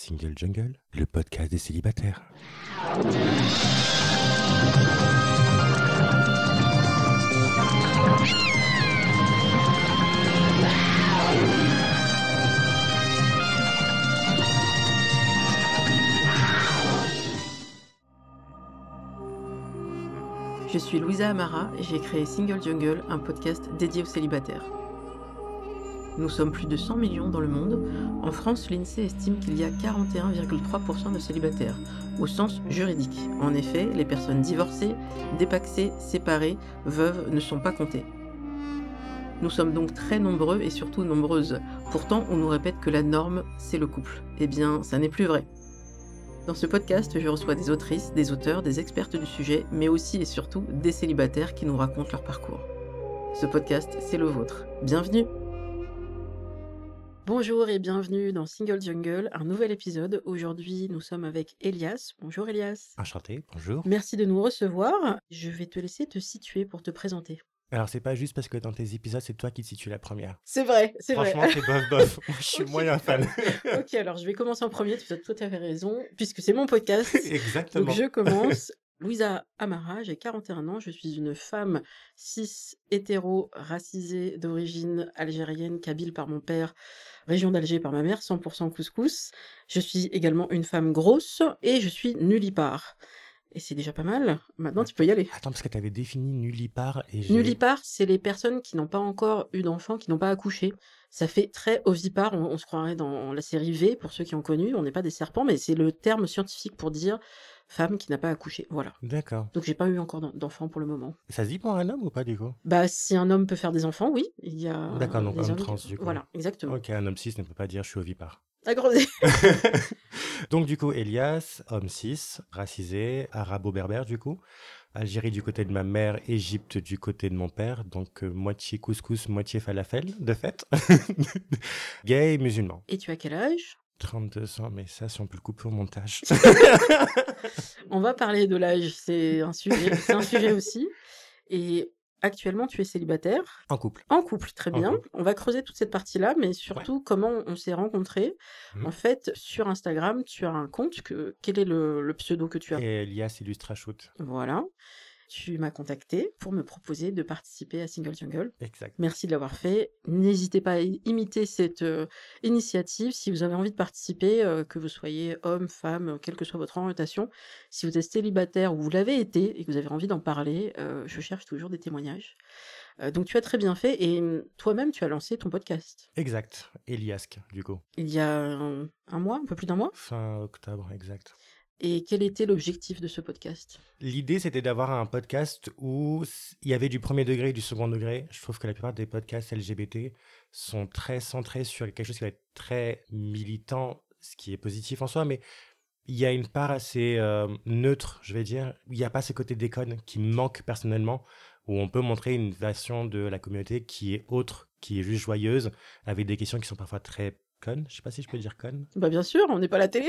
Single Jungle, le podcast des célibataires. Je suis Louisa Amara et j'ai créé Single Jungle, un podcast dédié aux célibataires. Nous sommes plus de 100 millions dans le monde. En France, l'INSEE estime qu'il y a 41,3% de célibataires, au sens juridique. En effet, les personnes divorcées, dépaxées, séparées, veuves ne sont pas comptées. Nous sommes donc très nombreux et surtout nombreuses. Pourtant, on nous répète que la norme, c'est le couple. Eh bien, ça n'est plus vrai. Dans ce podcast, je reçois des autrices, des auteurs, des expertes du sujet, mais aussi et surtout des célibataires qui nous racontent leur parcours. Ce podcast, c'est le vôtre. Bienvenue! Bonjour et bienvenue dans Single Jungle, un nouvel épisode. Aujourd'hui, nous sommes avec Elias. Bonjour Elias. Enchanté, bonjour. Merci de nous recevoir. Je vais te laisser te situer pour te présenter. Alors, c'est pas juste parce que dans tes épisodes, c'est toi qui te situes la première. C'est vrai, c'est vrai. Franchement, c'est bof. Moi, je suis Ok. moyen fan. Ok, alors je vais commencer en premier, tu as tout à fait raison, puisque c'est mon podcast. Exactement. Donc je commence. Louisa Amara, j'ai 41 ans, je suis une femme cis, hétéro, racisée, d'origine algérienne, kabyle par mon père, région d'Alger par ma mère, 100% couscous. Je suis également une femme grosse et je suis nullipare. Et c'est déjà pas mal. Maintenant, tu peux y aller. Attends, parce que tu avais défini nullipare et Nullipare, c'est les personnes qui n'ont pas encore eu d'enfant, qui n'ont pas accouché. Ça fait très ovipare, on se croirait dans la série V, pour ceux qui ont connu, on n'est pas des serpents, mais c'est le terme scientifique pour dire femme qui n'a pas accouché, voilà. D'accord. Donc j'ai pas eu encore d'enfant pour le moment. Ça se dit pour un homme ou pas, du coup? Bah si un homme peut faire des enfants, oui, il y a D'accord, donc des homme hommes... trans, du coup. Voilà, exactement. Ok, un homme cis ne peut pas dire je suis ovipare. Agrandé. Donc, du coup, Elias, homme cis, racisé, arabo-berbère, du coup. Algérie du côté de ma mère, Égypte du côté de mon père, donc moitié couscous, moitié falafel, de fait. Gay et musulman. Et tu as quel âge? 32 ans, mais ça, si on peut le couper au montage. On va parler de l'âge, c'est un sujet aussi. Et actuellement, tu es célibataire? En couple. En couple, très En bien. couple. On va creuser toute cette partie-là, mais surtout comment on s'est rencontrés. Mhm. En fait, sur Instagram, tu as un compte. Quel est le pseudo que tu as? Et Elias Illustrashoot. Voilà. Tu m'as contacté pour me proposer de participer à Single Jungle. Exact. Merci de l'avoir fait. N'hésitez pas à imiter cette initiative. Si vous avez envie de participer, que vous soyez homme, femme, quelle que soit votre orientation, si vous êtes célibataire ou vous l'avez été et que vous avez envie d'en parler, je cherche toujours des témoignages. Donc tu as très bien fait et toi-même tu as lancé ton podcast. Exact. Eliasque, du coup. Il y a un mois, un peu plus d'un mois. Fin octobre, exact. Et quel était l'objectif de ce podcast? L'idée, c'était d'avoir un podcast où il y avait du premier degré et du second degré. Je trouve que la plupart des podcasts LGBT sont très centrés sur quelque chose qui va être très militant, ce qui est positif en soi, mais il y a une part assez neutre, je vais dire. Il n'y a pas ce côté déconne qui me manque personnellement, où on peut montrer une version de la communauté qui est autre, qui est juste joyeuse, avec des questions qui sont parfois très connes. Je sais pas si je peux dire connes. Bah bien sûr, on n'est pas à la télé.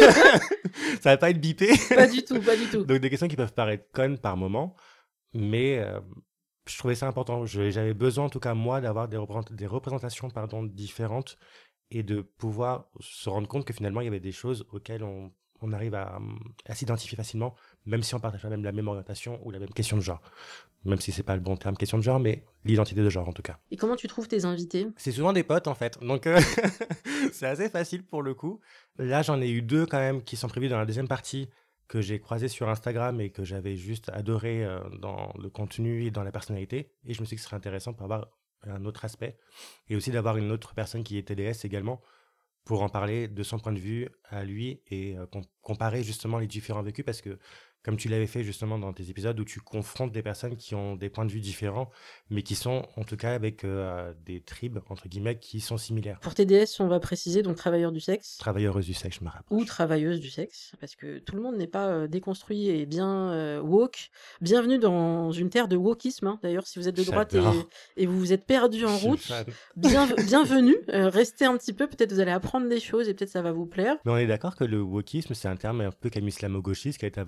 Ça va pas être bipé. Pas du tout, pas du tout. Donc des questions qui peuvent paraître connes par moment, mais je trouvais ça important. J'avais besoin, en tout cas moi, d'avoir des représentations différentes et de pouvoir se rendre compte que finalement il y avait des choses auxquelles on arrive à s'identifier facilement, même si on partage pas même la même orientation ou la même question de genre. Même si c'est pas le bon terme question de genre, mais l'identité de genre en tout cas. Et comment tu trouves tes invités? C'est souvent des potes en fait, donc c'est assez facile pour le coup. Là j'en ai eu 2 quand même qui sont prévus dans la deuxième partie que j'ai croisé sur Instagram et que j'avais juste adoré dans le contenu et dans la personnalité. Et je me suis dit que ce serait intéressant pour avoir un autre aspect et aussi d'avoir une autre personne qui est TDS également pour en parler de son point de vue à lui et comparer justement les différents vécus parce que comme tu l'avais fait justement dans tes épisodes où tu confrontes des personnes qui ont des points de vue différents, mais qui sont en tout cas avec des tribes, entre guillemets, qui sont similaires. Pour TDS, on va préciser donc travailleur du sexe. Travailleuse du sexe, je me rappelle. Ou travailleuse du sexe, parce que tout le monde n'est pas déconstruit et bien woke. Bienvenue dans une terre de wokisme, hein. D'ailleurs, si vous êtes de droite et vous vous êtes perdu en route, bienvenue. Restez un petit peu, peut-être vous allez apprendre des choses et peut-être ça va vous plaire. Mais on est d'accord que le wokisme, c'est un terme un peu comme islamo-gauchiste qui a été inventé de gens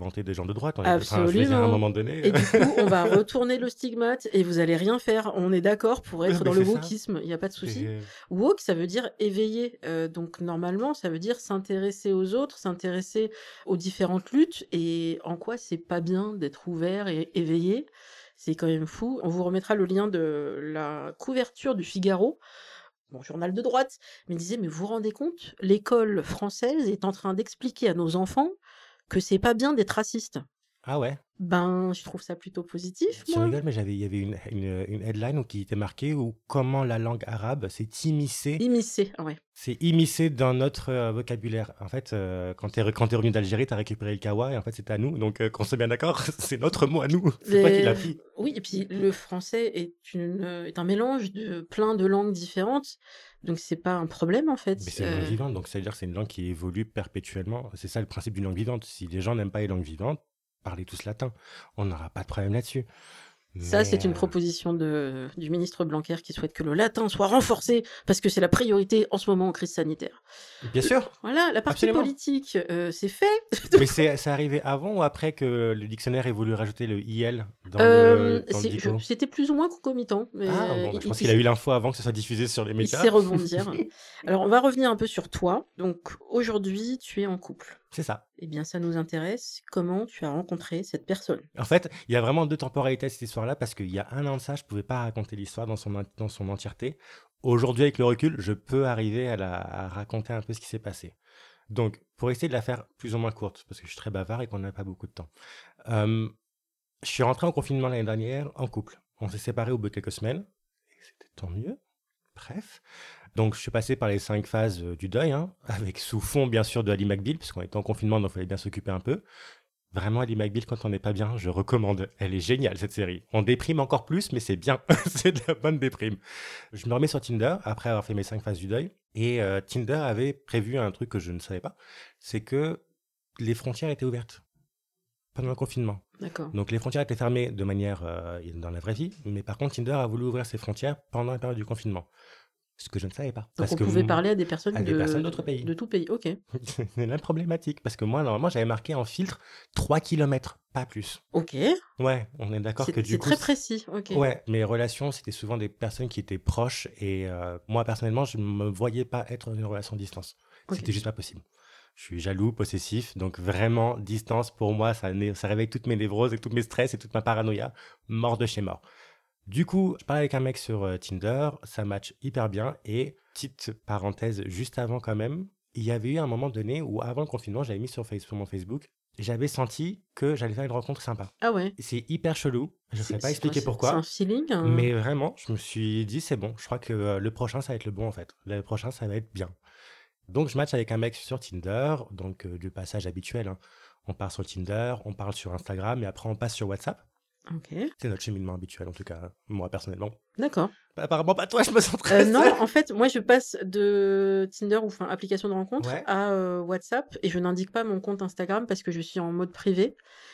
de droite. Je veux dire, à un Absolument. moment donné. Et du coup, on va retourner le stigmate et vous allez rien faire. On est d'accord pour être Mais dans le c'est ça. wokisme, il y a pas de souci. C'est- Woke, ça veut dire éveillé, donc normalement, ça veut dire s'intéresser aux autres, s'intéresser aux différentes luttes et en quoi c'est pas bien d'être ouvert et éveillé. C'est quand même fou. On vous remettra le lien de la couverture du Figaro, bon, journal de droite, mais il disait: «Mais vous vous rendez compte? L'école française est en train d'expliquer à nos enfants que c'est pas bien d'être raciste». Ah ouais. Ben, je trouve ça plutôt positif, Tu moi. rigoles, mais il y avait une headline qui était marquée où comment la langue arabe Immiscer, ah ouais. s'est immiscée dans notre vocabulaire. En fait, quand quand t'es revenu d'Algérie, t'as récupéré le kawa et en fait c'était à nous. Donc qu'on soit bien d'accord, c'est notre mot à nous. C'est toi qui l'as Mais pris. oui, et puis le français est un mélange de plein de langues différentes, donc c'est pas un problème, en Mais fait. c'est une langue vivante, donc ça veut dire que c'est une langue qui évolue perpétuellement. C'est ça le principe d'une langue vivante. Si les gens n'aiment pas les langues vivantes, parlez tous latin. On n'aura pas de problème là-dessus. Ça, Mais c'est une proposition du ministre Blanquer qui souhaite que le latin soit renforcé parce que c'est la priorité en ce moment en crise sanitaire. bien sûr, Voilà, la partie absolument. politique, c'est fait. Mais c'est arrivé avant ou après que le dictionnaire ait voulu rajouter le IL dans le dico? C'était plus ou moins concomitant, Ah mais bon, bah, je pense qu'il a eu l'info avant que ce soit diffusé sur les il médias. sait rebondir. Alors, on va revenir un peu sur toi. Donc, aujourd'hui, tu es en couple. C'est ça. Eh bien, ça nous intéresse. Comment tu as rencontré cette personne? En fait, il y a vraiment deux temporalités à cette histoire-là parce qu'il y a un an de ça, je pouvais pas raconter l'histoire dans son entièreté. Aujourd'hui, avec le recul, je peux arriver à raconter un peu ce qui s'est passé. Donc, pour essayer de la faire plus ou moins courte, parce que je suis très bavard et qu'on n'a pas beaucoup de temps. Euh, je suis rentré en confinement l'année dernière en couple. On s'est séparés au bout de quelques semaines. Et c'était tant mieux. Bref. Donc, je suis passé par les 5 phases du deuil, hein, avec sous fond, bien sûr, de Ali McBeal, puisqu'on était en confinement, donc il fallait bien s'occuper un peu. Vraiment, Ali McBeal, quand on n'est pas bien, je recommande. Elle est géniale, cette série. On déprime encore plus, mais c'est bien. C'est de la bonne déprime. Je me remets sur Tinder, après avoir fait mes 5 phases du deuil. Et Tinder avait prévu un truc que je ne savais pas. C'est que les frontières étaient ouvertes pendant le confinement. D'accord. Donc, les frontières étaient fermées de manière dans la vraie vie. Mais par contre, Tinder a voulu ouvrir ses frontières pendant la période du confinement. Ce que je ne savais pas. Donc, Parce on que pouvait parler à des personnes d'autres pays. de tout pays. Ok. C'est la problématique. Parce que moi, normalement, j'avais marqué en filtre 3 kilomètres, pas plus. Ok. Ouais, on est d'accord que du C'est coup. très précis. Ok. Ouais, mes relations, c'était souvent des personnes qui étaient proches. Et moi, personnellement, je ne me voyais pas être dans une relation à distance. Ok. C'était juste pas possible. Je suis jaloux, possessif. Donc, vraiment, distance, pour moi, ça réveille toutes mes névroses et tous mes stress et toute ma paranoïa. Mort de chez mort. Du coup, je parlais avec un mec sur Tinder, ça match hyper bien. Et petite parenthèse, juste avant quand même, il y avait eu un moment donné où, avant le confinement, j'avais mis sur mon Facebook, j'avais senti que j'allais faire une rencontre sympa. Ah ouais. C'est hyper chelou, je ne sais pas expliquer C'est un pourquoi, feeling. mais vraiment, je me suis dit, c'est bon, je crois que le prochain, ça va être le bon en fait. Le prochain, ça va être bien. Donc, je match avec un mec sur Tinder, donc du passage habituel, hein. On part sur Tinder, on parle sur Instagram, et après, on passe sur WhatsApp. Ok. C'est notre cheminement habituel, en tout cas, moi, personnellement. D'accord. Apparemment pas toi, je me sens très Non, seul. en fait, moi, je passe de Tinder ou enfin application de rencontre Ouais. à WhatsApp et je n'indique pas mon compte Instagram parce que je suis en mode privé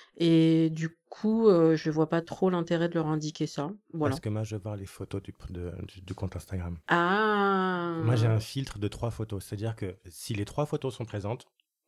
et du coup, je vois pas trop l'intérêt de leur indiquer ça. Voilà. Parce que moi, je veux voir les photos du compte Instagram. Ah. Moi, j'ai un filtre de 3 photos. C'est-à-dire que si les 3 photos sont présentes,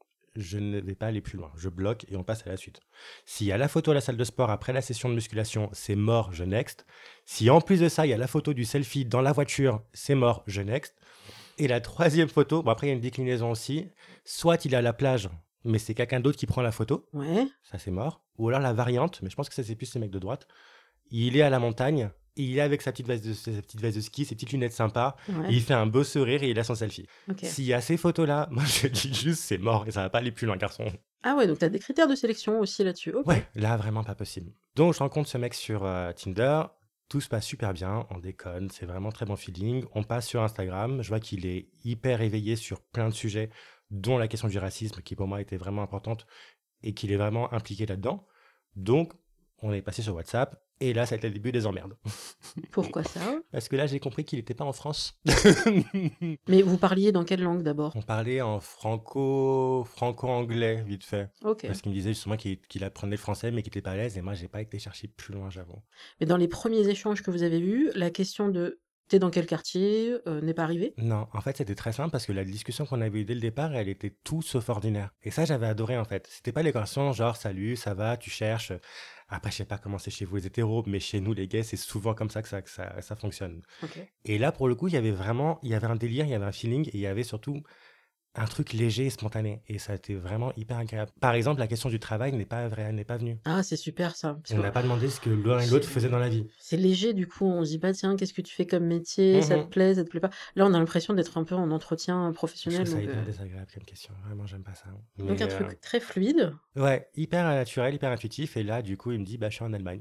je ne vais pas aller plus loin. Je bloque et on passe à la suite. S'il y a la photo à la salle de sport après la session de musculation, c'est mort, je next. Si en plus de ça, il y a la photo du selfie dans la voiture, c'est mort, je next. Et la troisième photo, bon après il y a une déclinaison aussi, soit il est à la plage, mais c'est quelqu'un d'autre qui prend la photo, Ouais. ça c'est mort. Ou alors la variante, mais je pense que ça c'est plus les mecs de droite, il est à la montagne, et il est avec sa petite veste de ski, ses petites lunettes sympas, Ouais. et il fait un beau sourire et il a son selfie. Ok. S'il y a ces photos-là, moi je dis juste c'est mort et ça va pas aller plus loin, garçon. Ah ouais, donc t'as des critères de sélection aussi là-dessus. Ok. Ouais, là vraiment pas possible. Donc je rencontre ce mec sur Tinder, tout se passe super bien, on déconne, c'est vraiment très bon feeling. On passe sur Instagram, je vois qu'il est hyper éveillé sur plein de sujets, dont la question du racisme qui pour moi était vraiment importante et qu'il est vraiment impliqué là-dedans. Donc on est passé sur WhatsApp et là ça a été le début des emmerdes. Pourquoi ça? Parce que là j'ai compris qu'il n'était pas en France. Mais vous parliez dans quelle langue d'abord? On parlait en franco-anglais vite fait. Ok. Parce qu'il me disait justement qu'il apprenait le français mais qu'il n'était pas à l'aise et moi j'ai pas été chercher plus loin, j'avoue. Mais dans les premiers échanges que vous avez eus, la question de T'es dans quel quartier? N'est pas arrivé? Non, en fait, c'était très simple parce que la discussion qu'on avait eue dès le départ, elle était tout sauf ordinaire. Et ça, j'avais adoré en fait. C'était pas les conversations genre salut, ça va, tu cherches. Après, je sais pas comment c'est chez vous les hétéros, mais chez nous les gays, c'est souvent comme ça que ça fonctionne. OK. Et là, pour le coup, il y avait un délire, il y avait un feeling et il y avait surtout un truc léger et spontané. Et ça a été vraiment hyper agréable. Par exemple, la question du travail n'est pas vraie, n'est pas venue. Ah, c'est super ça, parce On que n'a pas demandé ce que l'un et l'autre faisaient dans la vie. c'est léger du coup, on se dit pas: «Tiens, qu'est-ce que tu fais comme métier? Ça te Mhm. plaît, ça te plaît pas?» Là, on a l'impression d'être un peu en entretien Je trouve professionnel ça donc hyper désagréable comme question. Vraiment, j'aime pas ça. donc un Mais truc très fluide. ouais, hyper naturel, hyper intuitif. Et là, du coup, il me dit, bah, je suis en Allemagne.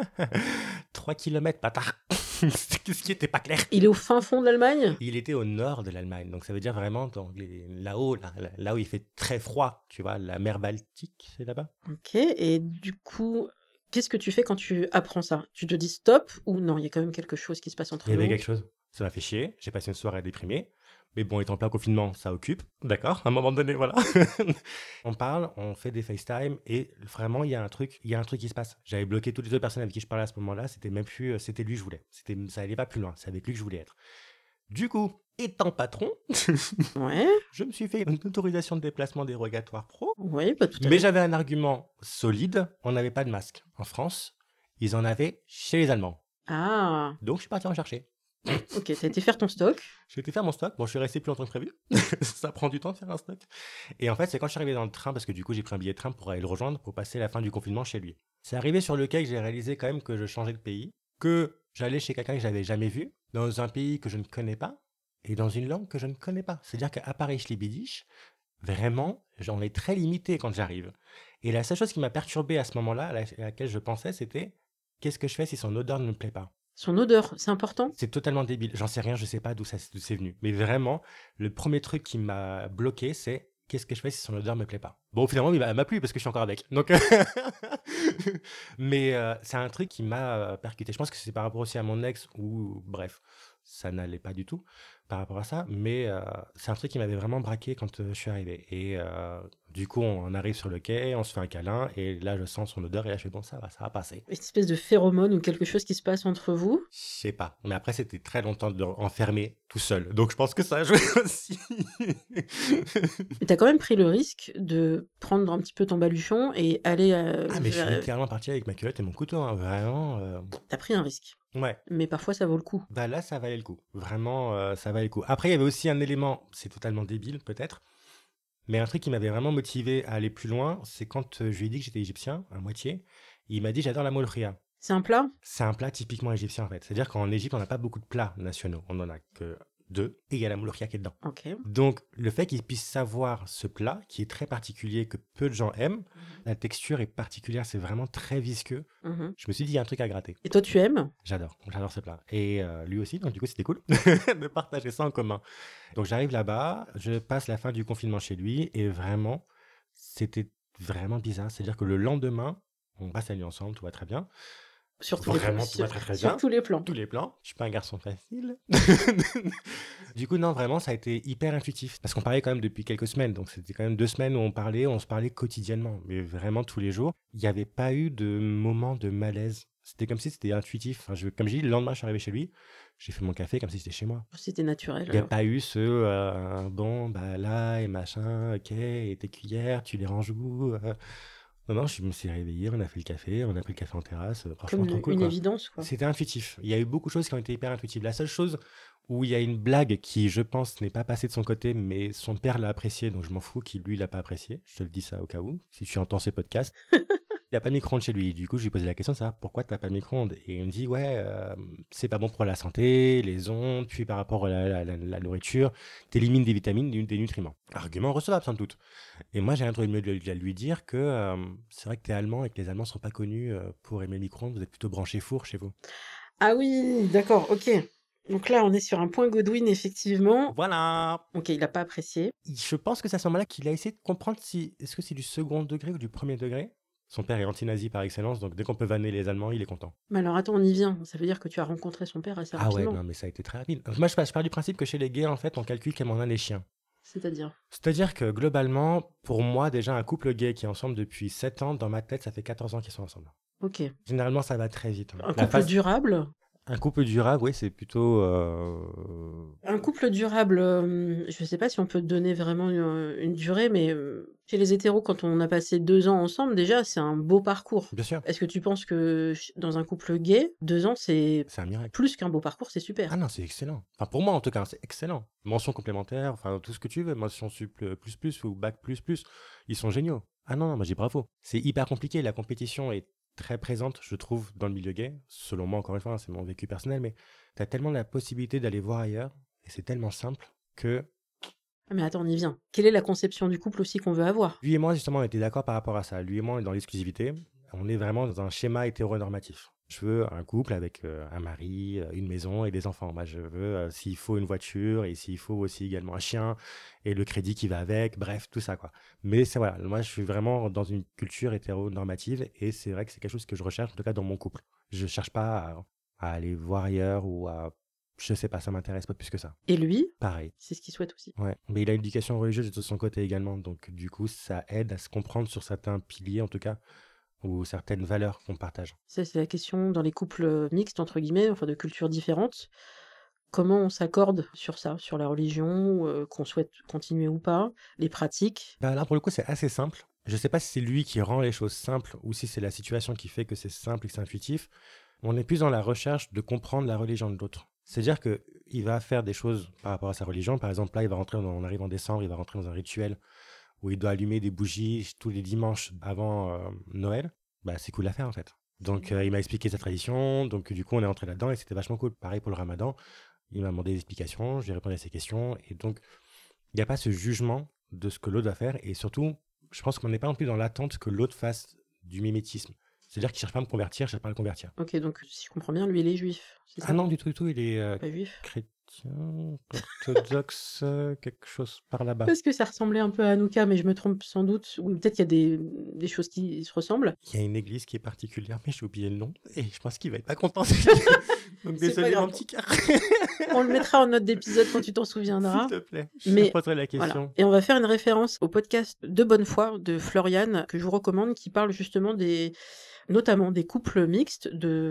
3 kilomètres, bâtard. Qu'est-ce qui était pas clair? Il est au fin fond de l'Allemagne? Il était au nord de l'Allemagne. Donc, ça veut dire vraiment là-haut, là où il fait très froid. Tu vois, la mer Baltique, c'est là-bas. OK et du coup, qu'est-ce que tu fais quand tu apprends ça? Tu te dis: «Stop» ou non, il y a quand même quelque chose qui se passe Il entre y avait nous? quelque chose. Ça m'a fait chier. J'ai passé une soirée déprimée. Mais bon, étant en plein confinement, ça occupe. D'accord? À un moment donné, voilà. On parle, on fait des FaceTime et vraiment, il y a un truc qui se passe. J'avais bloqué toutes les autres personnes avec qui je parlais à ce moment-là. C'était même plus, c'était lui que je voulais. Ça allait pas plus loin. C'est avec lui que je voulais être. Du coup, étant patron, Ouais, je me suis fait une autorisation de déplacement dérogatoire pro. oui, pas tout à Mais fait. j'avais un argument solide. On n'avait pas de masque. En France, ils en avaient chez les Allemands. Ah! Donc, je suis parti en chercher. OK, tu été faire ton stock. J'ai été faire mon stock. Bon, je suis resté plus longtemps que prévu. Ça prend du temps de faire un stock. Et en fait, c'est quand je suis arrivé dans le train, parce que du coup, j'ai pris un billet de train pour aller le rejoindre pour passer la fin du confinement chez lui. C'est arrivé sur le quai que j'ai réalisé quand même que je changeais de pays, que j'allais chez quelqu'un que j'avais jamais vu, dans un pays que je ne connais pas, et dans une langue que je ne connais pas. C'est-à-dire qu'à Paris, Schlibidisch, vraiment, j'en ai très limité quand j'arrive. Et la seule chose qui m'a perturbé à ce moment-là, à laquelle je pensais, c'était qu'est-ce que je fais si son odeur ne me plaît pas? Son odeur, c'est important? C'est totalement débile. J'en sais rien, je sais pas d'où c'est venu. Mais vraiment, le premier truc qui m'a bloqué, c'est qu'est-ce que je fais si son odeur me plaît pas? Bon, finalement, elle m'a plu parce que je suis encore avec. Donc, mais c'est un truc qui m'a percuté. Je pense que c'est par rapport aussi à mon ex ou bref, ça n'allait pas du tout par rapport à ça. Mais c'est un truc qui m'avait vraiment braqué quand je suis arrivé. Et du coup, on arrive sur le quai, on se fait un câlin et là, je sens son odeur et là, je fais bon, ça va passer. Une espèce de phéromone ou quelque chose qui se passe entre vous? Je sais pas. Mais après, c'était très longtemps enfermé tout seul. Donc, je pense que ça a joué aussi. Mais tu quand même pris le risque de prendre un petit peu ton baluchon et aller, Ah, mais je suis vers littéralement parti avec ma culotte et mon couteau, hein. Vraiment. tu pris un risque, Ouais. mais parfois ça vaut le coup. Bah là, ça valait le coup. Vraiment, ça valait le coup. Après, il y avait aussi un élément, c'est totalement débile peut-être, mais un truc qui m'avait vraiment motivé à aller plus loin, c'est quand je lui ai dit que j'étais égyptien, à moitié. Il m'a dit j'adore la molokhia. C'est un plat? C'est un plat typiquement égyptien en fait. C'est-à-dire qu'en Égypte, on n'a pas beaucoup de plats nationaux. On en a que 2 et il y a la molokhia qui est dedans. OK. Donc, le fait qu'il puisse savoir ce plat, qui est très particulier, que peu de gens aiment, la texture est particulière, c'est vraiment très visqueux. Mmh. Je me suis dit, il y a un truc à gratter. Et toi, tu aimes? J'adore ce plat. Et lui aussi, donc du coup, c'était cool de partager ça en commun. Donc, j'arrive là-bas, je passe la fin du confinement chez lui, et vraiment, c'était vraiment bizarre. C'est-à-dire que le lendemain, on passe la nuit ensemble, tout va très bien. Sur tous les plans. Vraiment, tout va très très Sur bien. tous les plans. Tous les plans. Je suis pas un garçon facile. Du coup, non, vraiment, ça a été hyper intuitif. Parce qu'on parlait quand même depuis quelques semaines. Donc, c'était quand même 2 semaines où on se parlait quotidiennement. Mais vraiment tous les jours. Il n'y avait pas eu de moment de malaise. C'était comme si c'était intuitif. Enfin, comme je dis, le lendemain, je suis arrivé chez lui. J'ai fait mon café comme si c'était chez moi. C'était naturel Il n'y a alors. pas eu bon, bah là, et machin, ok, et tes cuillères, tu les ranges où Non, non, je me suis réveillé, on a fait le café, on a pris le café en terrasse. Franchement, Comme trop cool, une quoi. évidence, quoi. C'était intuitif. Il y a eu beaucoup de choses qui ont été hyper intuitives. La seule chose où il y a une blague qui, je pense, n'est pas passée de son côté, mais son père l'a apprécié, donc je m'en fous qu'il, lui, l'a pas apprécié. Je te le dis ça au cas où, si tu entends ces podcasts. Il n'a pas de micro-ondes chez lui. Du coup, je lui ai posé la question de ça. Pourquoi tu n'as pas de micro-ondes? Et il me dit, ouais, c'est pas bon pour la santé, les ondes, puis par rapport à la nourriture, t'élimines des vitamines, des nutriments. Argument recevable, sans doute. Et moi, j'ai rien trouvé de mieux de lui dire que c'est vrai que t'es allemand et que les Allemands sont pas connus pour aimer le micro-ondes. Vous êtes plutôt branchés four chez vous. Ah oui, d'accord, OK. Donc là, on est sur un point Godwin, effectivement. Voilà. OK, il a pas apprécié. Je pense que c'est à ce moment-là qu'il a essayé de comprendre si est-ce que c'est du second degré ou du premier degré. Son père est anti-nazi par excellence, donc dès qu'on peut vanner les Allemands, il est content. Mais alors attends, on y vient. Ça veut dire que tu as rencontré son père assez Ah ouais, rapidement. non, mais ça a été très rapide. Moi, je pars du principe que chez les gays, en fait, on calcule comme on a les chiens. C'est-à-dire? C'est-à-dire que globalement, pour moi, déjà, un couple gay qui est ensemble depuis 7 ans, dans ma tête, ça fait 14 ans qu'ils sont ensemble. OK. Généralement, ça va très vite. Un couple durable? Un couple durable, oui, c'est plutôt... Un couple durable, je sais pas si on peut donner vraiment une durée, mais chez les hétéros, quand on a passé 2 ans ensemble, déjà, c'est un beau parcours. Bien sûr, Est-ce que tu penses que dans un couple gay, 2 ans, c'est c'est un miracle. plus qu'un beau parcours, c'est Ah super? non, c'est excellent. Enfin, pour moi, en tout cas, c'est excellent. Mention complémentaire, enfin, tout ce que tu veux. Mention sup plus ou bac plus plus. Ils sont géniaux. Ah non, non, moi, j'ai bravo. C'est hyper compliqué. La compétition est très présente, je trouve, dans le milieu gay. Selon moi, encore une fois, hein, c'est mon vécu personnel, mais tu as tellement la possibilité d'aller voir ailleurs, et c'est tellement simple que Ah mais attends, on y vient. Quelle est la conception du couple aussi qu'on veut avoir? lui et moi, justement, on était d'accord par rapport à ça. Lui et moi, on est dans l'exclusivité. On est vraiment dans un schéma hétéronormatif. Je veux un couple avec un mari, une maison et des enfants. Moi, je veux, s'il faut, une voiture et s'il faut aussi également un chien et le crédit qui va avec, bref, tout ça, quoi. Mais c'est voilà, moi, je suis vraiment dans une culture hétéronormative et c'est vrai que c'est quelque chose que je recherche, en tout cas dans mon couple. Je cherche pas à aller voir ailleurs ou à... Je sais pas, ça m'intéresse pas plus que ça. Et lui, Pareil. c'est ce qu'il souhaite aussi. Ouais, mais il a une éducation religieuse de son côté également, donc du coup, ça aide à se comprendre sur certains piliers, en tout cas, ou certaines valeurs qu'on partage. Ça, c'est la question dans les couples mixtes, entre guillemets, enfin de cultures différentes. Comment on s'accorde sur ça, sur la religion, qu'on souhaite continuer ou pas, les pratiques? Bah, là, pour le coup, c'est assez simple. Je sais pas si c'est lui qui rend les choses simples ou si c'est la situation qui fait que c'est simple et que c'est intuitif. On est plus dans la recherche de comprendre la religion de l'autre. C'est-à-dire que il va faire des choses par rapport à sa religion. Par exemple, là, on arrive en décembre, il va rentrer dans un rituel où il doit allumer des bougies tous les dimanches avant Noël. Bah, c'est cool à faire en fait. Donc, il m'a expliqué sa tradition. Donc, du coup, on est entré là-dedans et c'était vachement cool. Pareil pour le ramadan. Il m'a demandé des explications, je lui ai répondu à ses questions. Et donc, il n'y a pas ce jugement de ce que l'autre va faire. Et surtout, je pense qu'on n'est pas non plus dans l'attente que l'autre fasse du mimétisme. C'est-à-dire qu'il ne cherche pas à me convertir, je ne cherche pas à le convertir. Ok, donc si je comprends bien, lui, il est juif, c'est Ah ça? non, du tout, il est Pas juif? chrétien, orthodoxe, quelque chose par là-bas. Parce que ça ressemblait un peu à Hanouka, mais je me trompe sans doute. Ou peut-être qu'il y a des choses qui se ressemblent. Il y a une église qui est particulière, mais j'ai oublié le nom. Et je pense qu'il va être pas content. Donc C'est pas désolé, grave. mon petit cœur. On le mettra en note d'épisode quand tu t'en souviendras. S'il te plaît, je Mais poserai la voilà. question. Et on va faire une référence au podcast De Bonne Foi de Floriane, que je vous recommande, qui parle justement notamment des couples mixtes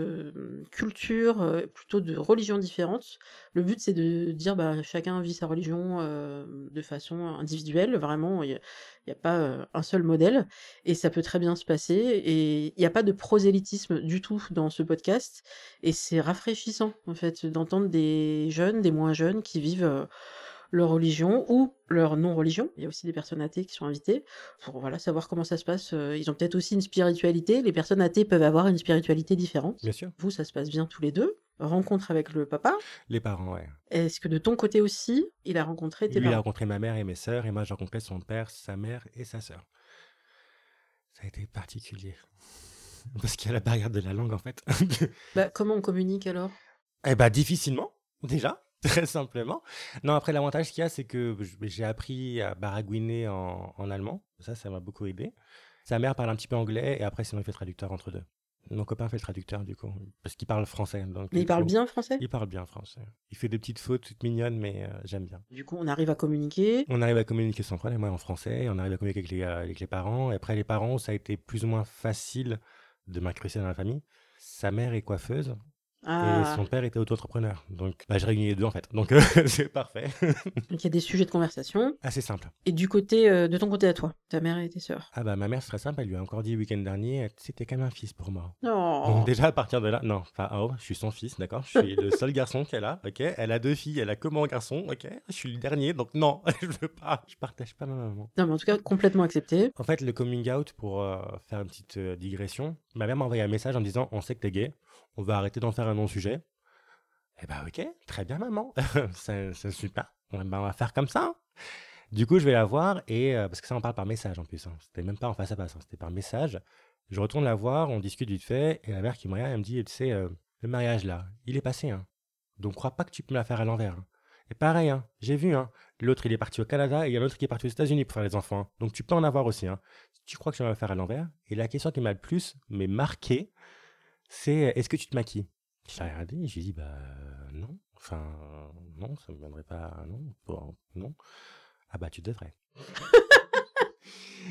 de cultures, plutôt de religions différentes. Le but, c'est de dire, bah, chacun vit sa religion de façon individuelle, vraiment, il y a pas un seul modèle, et ça peut très bien se passer, et il n'y a pas de prosélytisme du tout dans ce podcast, et c'est rafraîchissant, en fait, d'entendre des jeunes, des moins jeunes, qui vivent leur religion ou leur non-religion. Il y a aussi des personnes athées qui sont invitées pour voilà, savoir comment ça se passe. Ils ont peut-être aussi une spiritualité. Les personnes athées peuvent avoir une spiritualité différente. Bien sûr. Vous, ça se passe bien tous les deux. Rencontre avec le papa. Les parents, ouais. Est-ce que de ton côté aussi, il a rencontré tes Lui, il a parents? rencontré ma mère et mes sœurs, et moi, j'ai rencontré son père, sa mère et sa sœur. Ça a été particulier. Parce qu'il y a la barrière de la langue, en fait. Bah, comment on communique alors? Eh bah, difficilement, déjà. Très simplement. Non, après, l'avantage qu'il y a, c'est que j'ai appris à baragouiner en allemand. Ça m'a beaucoup aidé. Sa mère parle un petit peu anglais et après, sinon, il fait le traducteur entre deux. Mon copain fait le traducteur, du coup, parce qu'il parle français. Donc, Mais du il parle coup, bien français? il parle bien français. Il fait des petites fautes toutes mignonnes, mais j'aime bien. Du coup, on arrive à communiquer. On arrive à communiquer sans problème, moi, en français. On arrive à communiquer avec les parents. Et après, les parents, ça a été plus ou moins facile de m'incruster dans la famille. Sa mère est coiffeuse. Et Ah, son père était auto-entrepreneur. Donc, je réunis les deux, en fait. Donc, c'est parfait. donc il y a des sujets de conversation. Assez simple. Et du côté, de ton côté à toi, ta mère et tes sœurs? Ah bah, ma mère, c'est très simple. Elle lui a encore dit le week-end dernier, c'était quand même un fils pour moi. Donc, Non. déjà, à partir de là, non. Enfin, oh, je suis son fils, d'accord. Je suis le seul garçon qu'elle a, ok. Elle a 2 filles, elle a que mon garçon, ok. Je suis le dernier, donc non, je veux pas. Je partage pas ma maman. Non, mais en tout cas, complètement accepté. En fait, le coming out, pour faire une petite digression, ma mère m'a envoyé un message en me disant, on sait que t'es gay, on va arrêter d'en faire un non-sujet. Eh ben ok, très bien maman, c'est super. On va faire comme ça. Du coup, je vais la voir et parce que ça on parle par message en plus. C'était même pas en face à face, c'était par message. Je retourne la voir, on discute vite fait et la mère qui me regarde, elle me dit, tu sais, le mariage là, il est passé, hein. Donc crois pas que tu peux me la faire à l'envers, hein. Et pareil, hein, j'ai vu, hein, l'autre il est parti au Canada et il y a l'autre qui est parti aux États-Unis pour faire les enfants, hein. Donc tu peux en avoir aussi, hein. Tu crois que tu vas me la faire à l'envers? Et la question qui m'a le plus marqué, c'est est-ce que tu te maquilles? Je l'ai regardé et je lui ai dit, bah non, enfin, non, ça me viendrait pas, non, non. Ah bah tu devrais.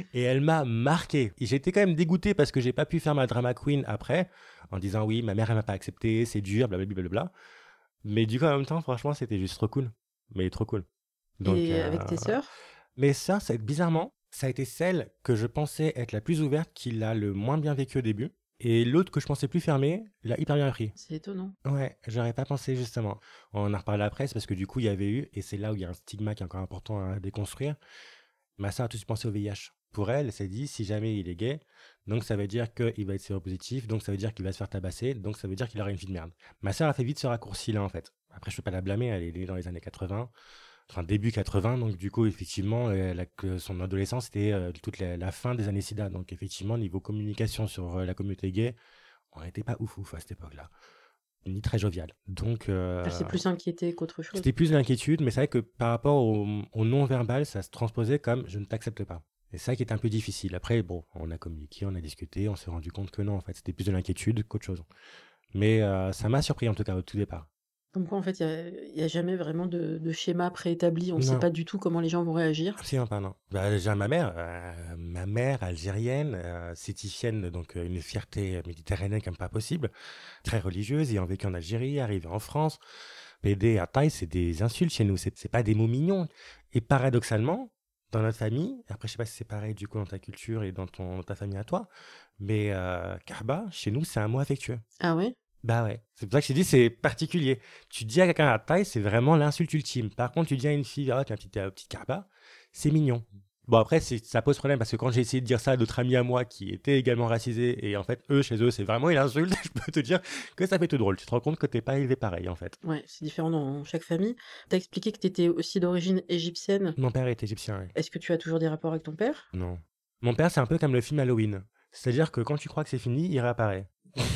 Et elle m'a marqué. Et j'étais quand même dégoûté parce que j'ai pas pu faire ma drama queen après, en disant oui, ma mère elle m'a pas accepté, c'est dur, blablabla. Mais du coup, en même temps, franchement, c'était juste trop cool. Mais trop cool. Donc, Et avec tes sœurs? mais ça, bizarrement, ça a été celle que je pensais être la plus ouverte, qui l'a le moins bien vécu au début. Et l'autre que je pensais plus fermée, l'a hyper bien pris. C'est étonnant. Ouais, j'aurais pas pensé justement. On en a reparlé après, c'est parce que du coup, il y avait eu, et c'est là où il y a un stigma qui est encore important à déconstruire. Ma soeur a tout de suite pensé au VIH. Pour elle, elle s'est dit, si jamais il est gay, donc ça veut dire qu'il va être séropositif, donc ça veut dire qu'il va se faire tabasser, donc ça veut dire qu'il aura une vie de merde. Ma soeur a fait vite ce raccourci-là, en fait. Après, je peux pas la blâmer, elle est née dans les années 80, enfin début 80, donc du coup, effectivement, son adolescence, c'était toute la fin des années SIDA. Donc effectivement, niveau communication sur la communauté gay, on n'était pas ouf à cette époque-là, ni très jovial. Donc, Elle s'est plus inquiétée qu'autre chose. c'était plus de l'inquiétude, mais c'est vrai que par rapport au non-verbal, ça se transposait comme je ne t'accepte pas. Et c'est ça qui est un peu difficile. Après, bon, on a communiqué, on a discuté, on s'est rendu compte que non, en fait, c'était plus de l'inquiétude qu'autre chose. Mais ça m'a surpris en tout cas au tout départ. Comme quoi, en fait, il y a jamais vraiment de schéma préétabli. On ne sait Non, pas du tout comment les gens vont réagir. absolument pas, non. Bah, déjà ma mère algérienne, sétifienne, donc une fierté méditerranéenne comme pas possible, très religieuse, ayant vécu en Algérie, arrivée en France. PD à taille, c'est des insultes chez nous, c'est pas des mots mignons. Et paradoxalement, dans notre famille, après je sais pas si c'est pareil du coup dans ta culture et dans ta famille à toi, mais Kahba, chez nous, c'est un mot affectueux. Ah ouais? Bah ouais, c'est pour ça que je t'ai dit, c'est particulier. Tu dis à quelqu'un à taille, c'est vraiment l'insulte ultime. Par contre, tu dis à une fille, ah, tu as un petit Kahba, c'est mignon. Bon, après, ça pose problème parce que quand j'ai essayé de dire ça à d'autres amis à moi qui étaient également racisés, et en fait, chez eux, c'est vraiment une insulte, je peux te dire que ça fait tout drôle. Tu te rends compte que t'es pas élevé pareil, en fait. Ouais, c'est différent dans chaque famille. Tu as expliqué que tu étais aussi d'origine égyptienne. Mon père est égyptien, ouais. Est-ce que tu as toujours des rapports avec ton père? Non. Mon père, c'est un peu comme le film Halloween. C'est-à-dire que quand tu crois que c'est fini, il réapparaît.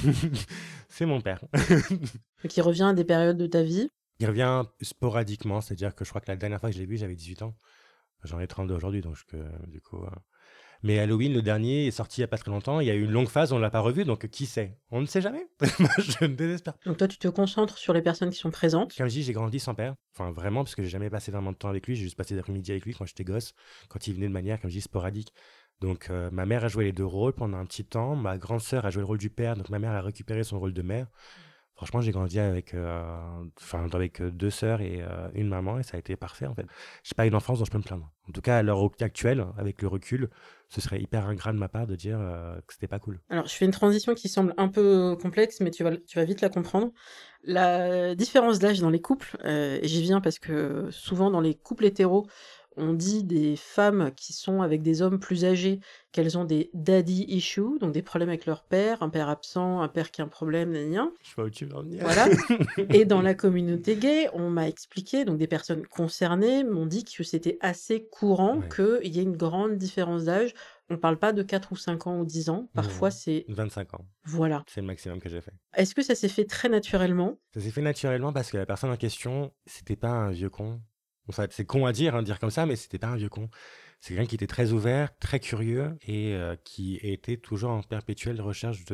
C'est mon père. Donc il revient à des périodes de ta vie. Il revient sporadiquement, c'est-à-dire que je crois que la dernière fois que je l'ai vu, j'avais 18 ans. J'en ai 32 aujourd'hui, donc du coup. Mais Halloween, le dernier, est sorti il n'y a pas très longtemps. Il y a eu une longue phase, on ne l'a pas revu, donc qui sait? On ne sait jamais. Moi, je ne désespère pas. Donc toi, tu te concentres sur les personnes qui sont présentes. Comme je dis, j'ai grandi sans père. Enfin, vraiment, parce que j'ai jamais passé vraiment de temps avec lui. J'ai juste passé l'après-midi avec lui quand j'étais gosse, quand il venait de manière, comme je dis, sporadique. Donc, ma mère a joué les deux rôles pendant un petit temps. Ma grande sœur a joué le rôle du père, donc ma mère a récupéré son rôle de mère. Franchement, j'ai grandi avec deux sœurs et une maman, et ça a été parfait, en fait. J'ai pas eu d'enfance dont je peux me plaindre. En tout cas, à l'heure actuelle, avec le recul, ce serait hyper ingrat de ma part de dire que c'était pas cool. Alors, je fais une transition qui semble un peu complexe, mais tu vas vite la comprendre. La différence d'âge dans les couples, et j'y viens parce que souvent dans les couples hétéros, on dit des femmes qui sont avec des hommes plus âgés qu'elles ont des daddy issues, donc des problèmes avec leur père, un père absent, un père qui a un problème, gna gna gna. Je vois où tu veux en venir. Voilà. Et dans la communauté gay, on m'a expliqué, donc des personnes concernées m'ont dit que c'était assez courant Ouais. qu'il y ait une grande différence d'âge. On parle pas de 4 ou 5 ans ou 10 ans. Parfois, Non, c'est... 25 ans, Voilà. c'est le maximum que j'ai fait. Est-ce que ça s'est fait très naturellement? Ça s'est fait naturellement parce que la personne en question, c'était pas un vieux con. En fait, c'est con à dire, dire comme ça, mais c'était pas un vieux con. C'est quelqu'un qui était très ouvert, très curieux et qui était toujours en perpétuelle recherche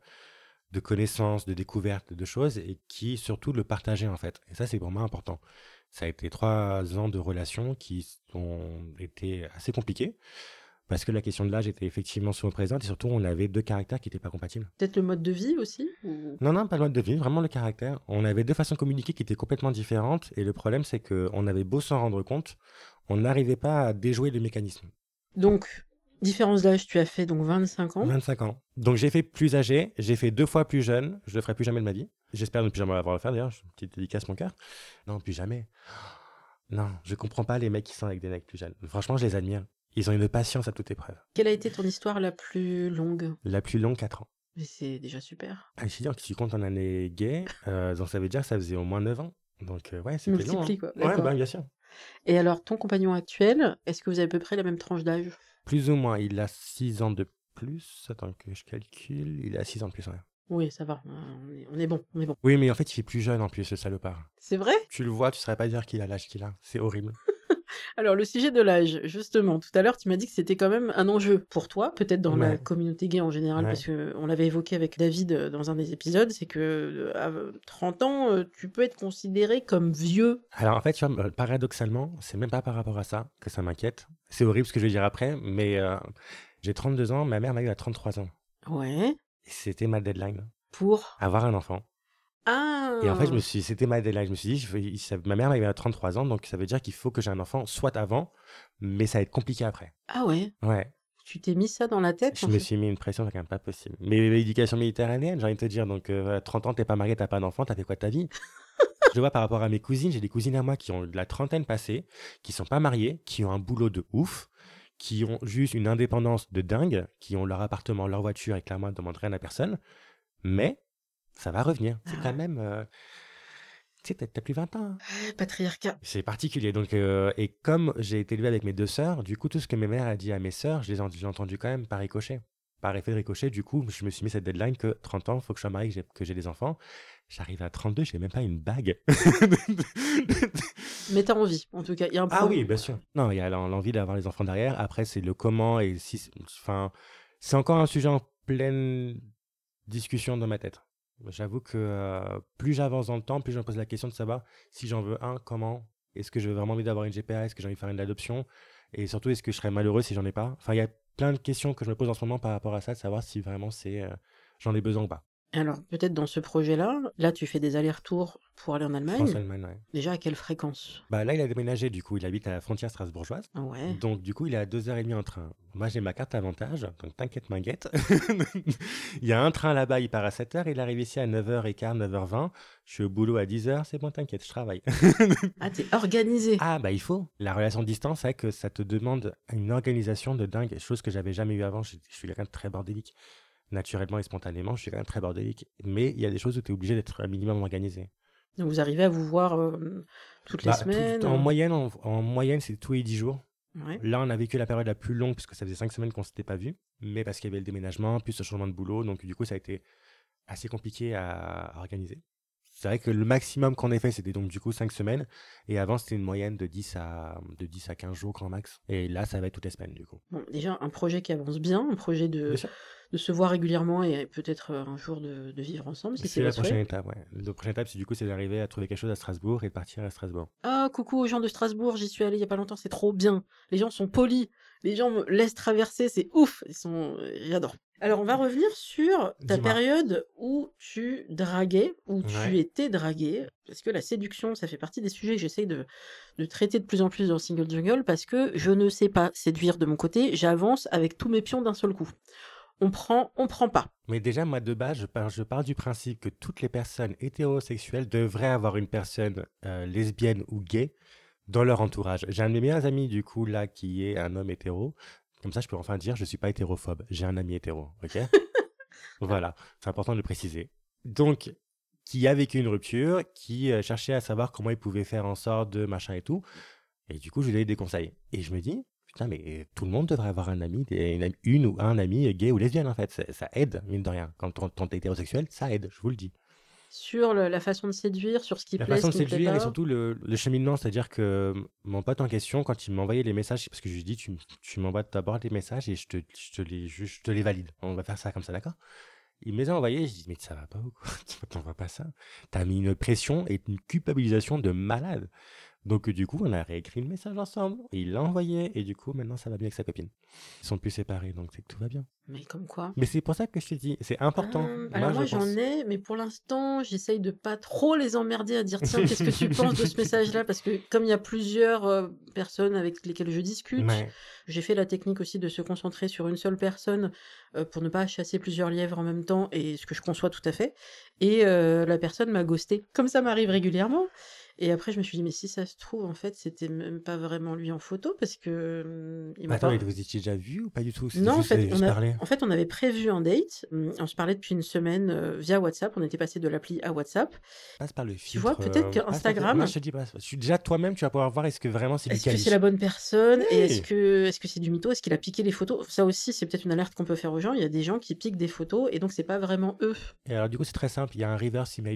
de connaissances, de découvertes, de choses et qui surtout le partageait en fait. Et ça, c'est pour moi important. Ça a été 3 ans de relations qui ont été assez compliquées parce que la question de l'âge était effectivement souvent présente et surtout on avait deux caractères qui n'étaient pas compatibles. Peut-être le mode de vie aussi ou... Non, pas le mode de vie, vraiment le caractère. On avait deux façons de communiquer qui étaient complètement différentes et le problème c'est qu'on avait beau s'en rendre compte, on n'arrivait pas à déjouer le mécanisme. Donc, différence d'âge, tu as fait donc 25 ans. 25 ans. Donc j'ai fait plus âgé, j'ai fait 2 fois plus jeune, je le ferai plus jamais de ma vie. J'espère ne plus jamais avoir à le faire d'ailleurs, petite dédicace mon cœur. Non, plus jamais. Non, je comprends pas les mecs qui sont avec des mecs plus jeunes. Franchement, je les admire. Ils ont une patience à toute épreuve. Quelle a été ton histoire la plus longue? La plus longue, 4 ans. Mais c'est déjà super. Ah, je veux dire que tu comptes en année gay, donc ça veut dire que ça faisait au moins 9 ans. Donc ouais, c'était long. Multiplie, quoi. Ouais, D'accord. bien sûr. Et alors, ton compagnon actuel, est-ce que vous avez à peu près la même tranche d'âge? Plus ou moins, il a 6 ans de plus. Attends que je calcule. Il a 6 ans de plus, ouais. Oui, ça va. On est bon, on est bon. Oui, mais en fait, il fait plus jeune en plus, ce salopard. C'est vrai? Tu le vois, tu ne saurais pas dire qu'il a l'âge qu'il a. C'est horrible. Alors, le sujet de l'âge, justement, tout à l'heure, tu m'as dit que c'était quand même un enjeu pour toi, peut-être dans la Ouais, communauté gay en général, parce ouais. qu'on l'avait évoqué avec David dans un des épisodes, c'est que à 30 ans, tu peux être considéré comme vieux. Alors en fait, tu vois, paradoxalement, c'est même pas par rapport à ça que ça m'inquiète. C'est horrible ce que je vais dire après, mais j'ai 32 ans, ma mère m'a eu à 33 ans. Ouais, Et c'était ma deadline, pour... avoir un enfant. Et en fait, Ah, c'était ma deadline. Je me suis dit, ma mère m'a eu à 33 ans, donc ça veut dire qu'il faut que j'ai un enfant soit avant, mais ça va être compliqué après. ah ouais, Ouais, tu t'es mis ça dans la tête, je en me fait. suis mis une pression, c'est quand même pas possible. Mais l'éducation méditerranéenne, j'ai envie de te dire, donc à 30 ans, t'es pas marié, t'as pas d'enfant, t'as fait quoi de ta vie? Je vois par rapport à mes cousines, j'ai des cousines à moi qui ont de la trentaine passée, qui sont pas mariées, qui ont un boulot de ouf, qui ont juste une indépendance de dingue, qui ont leur appartement, leur voiture et clairement ne demandent rien à personne. Mais ça va revenir. C'est Ah quand ouais. même. Tu sais, t'as plus 20 ans, hein. Ouais, patriarcat. C'est particulier. Donc, et comme j'ai été élevé avec mes deux sœurs, du coup, tout ce que mes mères a dit à mes sœurs, j'ai entendu quand même par ricochet. Par effet de ricochet, du coup, je me suis mis cette deadline que 30 ans, il faut que je sois marié, que j'ai des enfants. J'arrive à 32, j'ai même pas une bague. Mais t'as envie, en tout cas. Il y a un Ah point. oui, bien sûr. Non, il y a l'envie d'avoir les enfants derrière. Après, c'est le comment et si. Enfin, c'est encore un sujet en pleine discussion dans ma tête. J'avoue que plus j'avance dans le temps, plus je me pose la question de savoir si j'en veux un, comment. Est-ce que j'ai vraiment envie d'avoir une GPA? Est-ce que j'ai envie de faire une adoption? Et surtout, est-ce que je serais malheureux si j'en ai pas? Enfin, il y a plein de questions que je me pose en ce moment par rapport à ça, de savoir si vraiment j'en ai besoin ou pas. Alors, peut-être dans ce projet-là, là, tu fais des allers-retours pour aller en Allemagne. France-Allemagne, ouais. Déjà, à quelle fréquence? Bah là, il a déménagé, du coup, il habite à la frontière strasbourgeoise. Ouais. Donc, du coup, il est à 2h30 en train. Moi, j'ai ma carte avantage, donc t'inquiète, ma guette. Il y a un train là-bas, il part à 7h, il arrive ici à 9h15, 9h20. Je suis au boulot à 10h, c'est bon, t'inquiète, je travaille. Ah, t'es organisé. Ah, bah, il faut. La relation de distance, c'est vrai que ça te demande une organisation de dingue, chose que j'avais jamais eu avant. Je suis quelqu'un de très bordélique. Naturellement et spontanément, je suis quand même très bordélique. Mais il y a des choses où tu es obligé d'être un minimum organisé. Donc, vous arrivez à vous voir toutes les Bah, semaines. en moyenne, en moyenne, c'est tous les 10 jours. Ouais. Là, on a vécu la période la plus longue, puisque ça faisait 5 semaines qu'on s'était pas vu. Mais parce qu'il y avait le déménagement, plus le changement de boulot. Donc, du coup, ça a été assez compliqué à organiser. C'est vrai que le maximum qu'on ait fait, c'était donc du coup 5 semaines. Et avant, c'était une moyenne de 10 à 15 jours grand max. Et là, ça va être toutes les semaines, du coup. Bon, déjà, un projet qui avance bien, un projet Bien sûr. de se voir régulièrement et peut-être un jour de vivre ensemble, si c'est C'est la votre prochaine souhait. étape, ouais. La prochaine étape, c'est du coup, c'est d'arriver à trouver quelque chose à Strasbourg et de partir à Strasbourg. Ah, coucou aux gens de Strasbourg, j'y suis allée il y a pas longtemps, c'est trop bien. Les gens sont polis, les gens me laissent traverser, c'est ouf. J'adore. Alors, on va revenir sur ta Dis-moi. période où tu draguais, où tu Ouais. étais dragué, parce que la séduction, ça fait partie des sujets que j'essaye de traiter de plus en plus dans Single Jungle, parce que je ne sais pas séduire de mon côté, j'avance avec tous mes pions d'un seul coup. On prend pas. Mais déjà, moi, de base, je pars du principe que toutes les personnes hétérosexuelles devraient avoir une personne lesbienne ou gay dans leur entourage. J'ai un de mes meilleurs amis, du coup, là, qui est un homme hétéro. Comme ça, je peux enfin dire, je suis pas hétérophobe. J'ai un ami hétéro, ok? Voilà, c'est important de le préciser. Donc, qui a vécu une rupture, qui cherchait à savoir comment il pouvait faire en sorte de machin et tout. Et du coup, je lui ai donné des conseils. Et je me dis, putain, mais tout le monde devrait avoir un ami, une ou un ami gay ou lesbienne, en fait. Ça aide, mine de rien. Quand t'es hétérosexuel, ça aide, je vous le dis. Sur la façon de séduire, sur ce qui La plaît, façon ce de qui ne plaît séduire et pas. surtout le cheminement, c'est-à-dire que mon pote en question, quand il m'envoyait les messages, parce que je lui dis, tu m'envoies d'abord les messages et je te les valide. On va faire ça comme ça, d'accord? Il me les a envoyés, je dis, mais ça va pas ou quoi? Tu t'envoies pas ça? T'as mis une pression et une culpabilisation de malade. Donc du coup, on a réécrit le message ensemble, et il l'a envoyé, et du coup, maintenant, ça va bien avec sa copine. Ils sont plus séparés, donc c'est que tout va bien. Mais comme quoi. Mais c'est pour ça que je te dis, c'est important, Alors moi, je moi j'en pense. ai, mais pour l'instant j'essaye de pas trop les emmerder à dire tiens qu'est-ce que tu penses de ce message-là parce que comme il y a plusieurs personnes avec lesquelles je discute, Ouais. j'ai fait la technique aussi de se concentrer sur une seule personne pour ne pas chasser plusieurs lièvres en même temps et ce que je conçois tout à fait. Et la personne m'a ghosté, comme ça m'arrive régulièrement. Et après je me suis dit mais si ça se trouve en fait c'était même pas vraiment lui en photo parce que il m'a Attends, mais pas. vous étiez déjà vu ou pas du tout? C'était Non, en juste, ça fait, avait juste parlé. on avait prévu un date. On se parlait depuis une semaine via WhatsApp. On était passé de l'appli à WhatsApp. Passe par le Tu vois, filtre. peut-être Non, qu'Instagram, je te dis pas. Je suis déjà toi-même, tu vas pouvoir voir est-ce que vraiment c'est lui est-ce qui a que c'est la dit. bonne personne et Oui. est-ce que c'est du mytho? Est-ce qu'il a piqué les photos? Ça aussi, c'est peut-être une alerte qu'on peut faire aux gens. Il y a des gens qui piquent des photos et donc c'est pas vraiment eux. Et alors, du coup, c'est très simple. Il y a un reverse image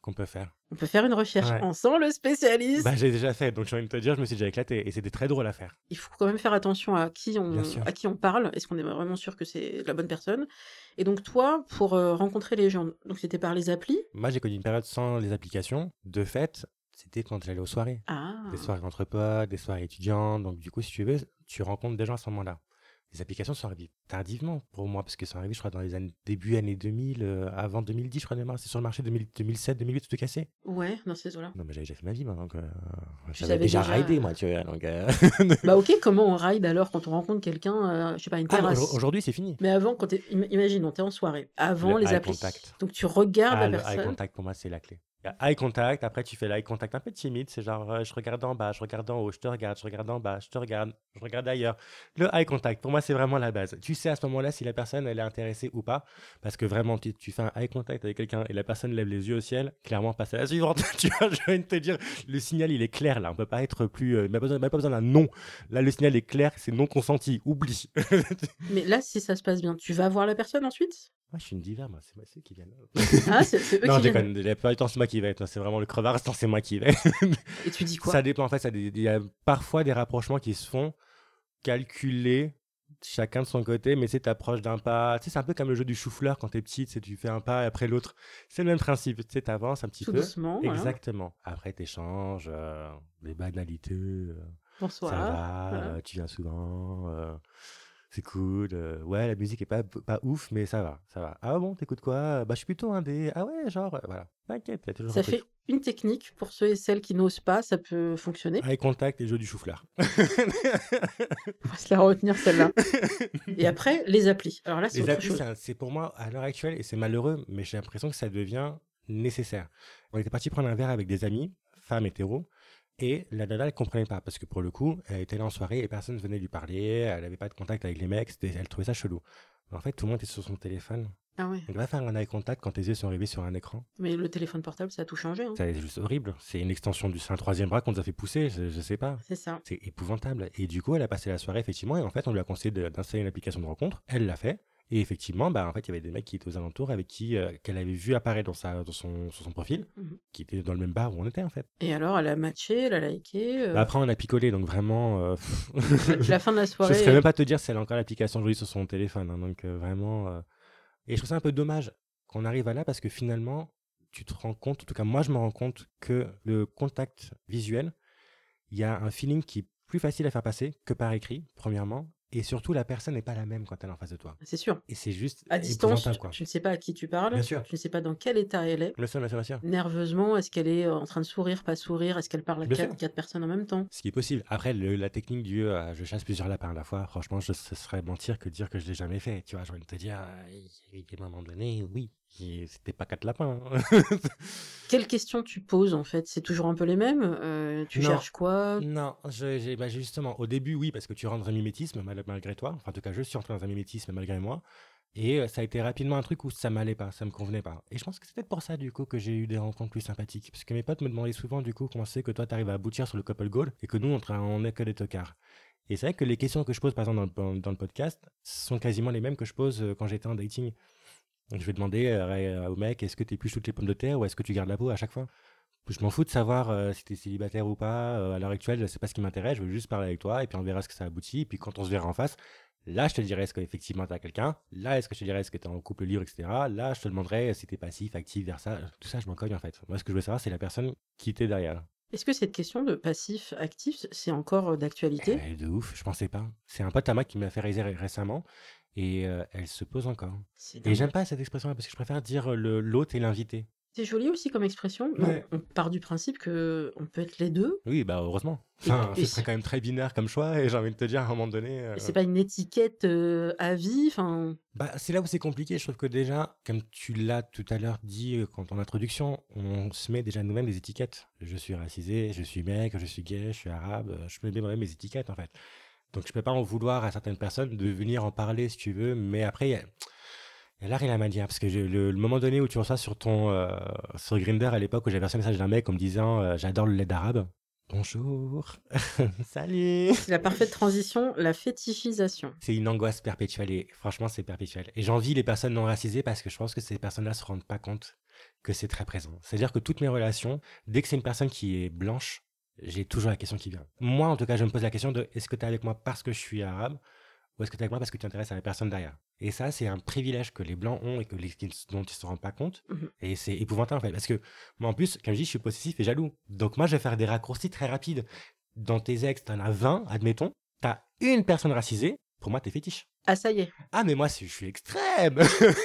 qu'on peut faire. On peut faire une recherche. Ouais. On sent le spécialiste. Bah, j'ai déjà fait, donc j'ai envie de te dire, je me suis déjà éclaté et c'était très drôle à faire. Il faut quand même faire attention à Bien sûr. qui on parle. Est-ce qu'on est vraiment sûr que c'est la bonne personne? Et donc toi, pour, rencontrer les gens, donc c'était par les applis? Moi, j'ai connu une période sans les applications. De fait, c'était quand j'allais aux soirées. Des Ah! soirées entre potes, des soirées étudiantes. Donc, du coup, si tu veux, tu rencontres des gens à ce moment-là. Les applications sont arrivées tardivement pour moi, parce qu'elles sont arrivées, je crois, dans les années, début années 2000, avant 2010, je crois, c'est sur le marché 2007, 2008, tout cassé. Ouais, dans ces eaux-là. Non, mais j'avais déjà fait ma vie, moi, donc Tu j'avais savais déjà déjà, raidé, moi, tu vois. Donc, Bah, OK, comment on ride alors quand on rencontre quelqu'un, je sais pas, à une Ah, mais terrasse? aujourd'hui, c'est fini. Mais avant, quand imaginons, tu es en soirée, avant Le les eye applis. contact. Donc tu regardes la Le eye personne. contact, pour moi, c'est la clé. Il y a eye contact, après tu fais l'eye contact un peu timide, c'est genre je regarde en bas, je regarde en haut, je te regarde, je regarde en bas, je te regarde, je regarde ailleurs. Le eye contact, pour moi, c'est vraiment la base. Tu sais à ce moment-là si la personne elle est intéressée ou pas, parce que vraiment, tu fais un eye contact avec quelqu'un et la personne lève les yeux au ciel, clairement, passe à la suivante. Tu vois, je viens de te dire, le signal il est clair là, on peut pas être plus. Il n'y a pas besoin d'un non. Là, le signal est clair, c'est non consenti, oublie. Mais là, si ça se passe bien, tu vas voir la personne ensuite? Moi, je suis une diva, moi, c'est moi ceux qui viennent. Ah, c'est eux Non, qui je viennent. déconne. La plupart du temps, c'est moi qui vais. C'est vraiment le crevard restant, c'est moi qui vais. Et tu dis quoi? Ça dépend. En fait, il y a parfois des rapprochements qui se font calculés, chacun de son côté, mais c'est t'approches d'un pas. Tu sais, c'est un peu comme le jeu du chou-fleur quand t'es petit. Tu sais, tu fais un pas et après l'autre. C'est le même principe. Tu sais, t'avances un petit Tout peu. doucement, voilà. Exactement. Après, t'échanges des banalités. Ça Bonsoir. va, Voilà. tu viens souvent. C'est cool. Ouais, la musique est pas ouf, mais ça va, ça va. Ah bon, t'écoutes quoi? Bah, je suis plutôt indé. Ah ouais, genre, voilà. T'inquiète, il y a toujours un Ça truc. fait une technique pour ceux et celles qui n'osent pas, ça peut fonctionner. Eye contact et jeu du chou-fleur. On va se la retenir celle-là. Et après, les applis. Alors là, c'est Les autre applis, chose. c'est pour moi, à l'heure actuelle, et c'est malheureux, mais j'ai l'impression que ça devient nécessaire. On était parti prendre un verre avec des amis, femmes hétéros, et la nana, elle comprenait pas, parce que pour le coup, elle était là en soirée et personne venait lui parler, elle avait pas de contact avec les mecs, elle trouvait ça chelou. Mais en fait, tout le monde était sur son téléphone. Ah ouais. Donc, va faire un eye contact quand tes yeux sont rivés sur un écran. Mais le téléphone portable, ça a tout changé, hein. C'est juste horrible. C'est une extension c'est un troisième bras qu'on nous a fait pousser, je sais pas. C'est ça. C'est épouvantable. Et du coup, elle a passé la soirée, effectivement, et en fait, on lui a conseillé d'installer une application de rencontre. Elle l'a fait. Et effectivement, bah, en fait, il y avait des mecs qui étaient aux alentours avec qui, qu'elle avait vu apparaître sur son profil, Mhm. qui étaient dans le même bar où on était, en fait. Et alors, elle a matché, elle a liké. Bah, après, on a picolé, donc vraiment. Puis la fin de la Je ne soirée. saurais même pas te dire si elle a encore l'application jolie sur son téléphone. Hein, donc, vraiment. Et je trouve ça un peu dommage qu'on arrive à là parce que finalement, tu te rends compte, en tout cas, moi, je me rends compte que le contact visuel, il y a un feeling qui est plus facile à faire passer que par écrit, premièrement. Et surtout, la personne n'est pas la même quand elle est en face de toi. C'est sûr. Et c'est juste À distance, épouvantable, quoi. tu ne sais pas à qui tu parles. Bien sûr. Tu ne sais pas dans quel état elle est. Bien sûr, bien sûr, bien sûr. Nerveusement, est-ce qu'elle est en train de sourire, pas sourire? Est-ce qu'elle parle à Bien sûr. quatre personnes en même temps? Ce qui est possible. Après, la technique du je chasse plusieurs lapins à la fois, franchement, ce serait mentir que de dire que je l'ai jamais fait. Tu vois, j'ai envie de te dire, il y a des moments donnés, oui, c'était pas 4 lapins. Hein. Quelles questions tu poses en fait? C'est toujours un peu les mêmes? Tu Non. cherches quoi? Non, bah, justement, au début, oui, parce que tu rentres dans un mimétisme malgré toi. Enfin, en tout cas, je suis entré dans un mimétisme malgré moi. Et ça a été rapidement un truc où ça m'allait pas, ça me convenait pas. Et je pense que c'est peut-être pour ça, du coup, que j'ai eu des rencontres plus sympathiques. Parce que mes potes me demandaient souvent, du coup, comment c'est que toi, t'arrives à aboutir sur le couple goal et que nous, on est que des tocards. Et c'est vrai que les questions que je pose, par exemple, dans le podcast, sont quasiment les mêmes que je pose quand j'étais en dating. Donc, je vais demander au mec, est-ce que tu épluches toutes les pommes de terre ou est-ce que tu gardes la peau à chaque fois? Je m'en fous de savoir si tu es célibataire ou pas. À l'heure actuelle, c'est pas ce qui m'intéresse. Je veux juste parler avec toi et puis on verra ce que ça aboutit. Et puis quand on se verra en face, là, je te dirai est-ce qu'effectivement tu as quelqu'un. Là, est-ce que je te dirai est-ce que tu es en couple libre, etc. Là, je te demanderai si tu es passif, actif, vers ça. Tout ça, je m'en cogne en fait. Moi, ce que je veux savoir, c'est la personne qui était derrière. Est-ce que cette question de passif, actif, c'est encore d'actualité? De ouf, je pensais pas. C'est un pote à moi qui m'a fait réaliser récemment et elle se pose encore. C'est Et dingue. j'aime pas cette expression-là parce que je préfère dire l'autre et l'invité. C'est joli aussi comme expression. Mais Ouais. on part du principe que on peut être les deux. Oui, bah heureusement. Et, Enfin, et ce serait quand même très binaire comme choix et j'ai envie de te dire à un moment donné. c'est pas une étiquette à vie. Enfin, Bah, c'est là où c'est compliqué. Je trouve que déjà, comme tu l'as tout à l'heure dit quand en introduction, on se met déjà nous-mêmes des étiquettes. Je suis racisé, je suis mec, je suis gay, je suis arabe. Je me mets moi-même mes étiquettes en fait. Donc je peux pas en vouloir à certaines personnes de venir en parler si tu veux. Mais après, il y a l'art et la manière. Parce que le moment donné où tu reçois sur sur Grindr à l'époque où j'avais reçu un message d'un mec en me disant j'adore le lait d'arabe. Bonjour, salut. c'est la parfaite transition, la fétichisation. C'est une angoisse perpétuelle et franchement, c'est perpétuel. Et j'envie les personnes non racisées parce que je pense que ces personnes-là se rendent pas compte que c'est très présent. C'est-à-dire que toutes mes relations, dès que c'est une personne qui est blanche, j'ai toujours la question qui vient. Moi, en tout cas, je me pose la question de est-ce que tu es avec moi parce que je suis arabe ou est-ce que tu es avec moi parce que tu t'intéresses à la personne derrière? Et ça, c'est un privilège que les blancs ont et dont ils ne se rendent pas compte. Mhm. Et c'est épouvantable, en fait. Parce que moi, en plus, comme je dis, je suis possessif et jaloux. Donc moi, je vais faire des raccourcis très rapides. Dans tes ex, tu en as 20, admettons. Tu as une personne racisée. Pour moi, t'es fétiche. Ah, ça y est. Ah, mais moi, je suis extrême.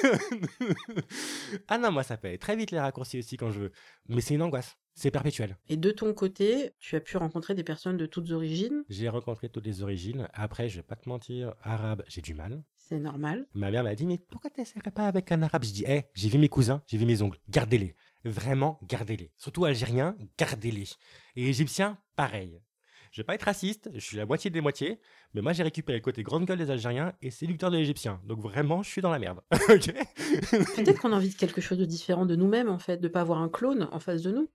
Ah non, moi, ça peut aller très vite les raccourcis aussi quand je veux. Mais c'est une angoisse. C'est perpétuel. Et de ton côté, tu as pu rencontrer des personnes de toutes origines. J'ai rencontré toutes les origines. Après, je vais pas te mentir, arabe, j'ai du mal. C'est normal. Ma mère m'a dit, mais pourquoi t'essaierais pas avec un arabe? Je dis, j'ai vu mes cousins, j'ai vu mes oncles. Gardez-les. Vraiment, gardez-les. Surtout algériens, gardez-les. Et égyptiens, pareil. Je vais pas être raciste, je suis la moitié des moitiés, mais moi j'ai récupéré le côté grande gueule des Algériens et séducteur de l'Égyptien. Donc vraiment, je suis dans la merde. Ok. Peut-être qu'on a envie de quelque chose de différent de nous-mêmes, en fait, de pas avoir un clone en face de nous.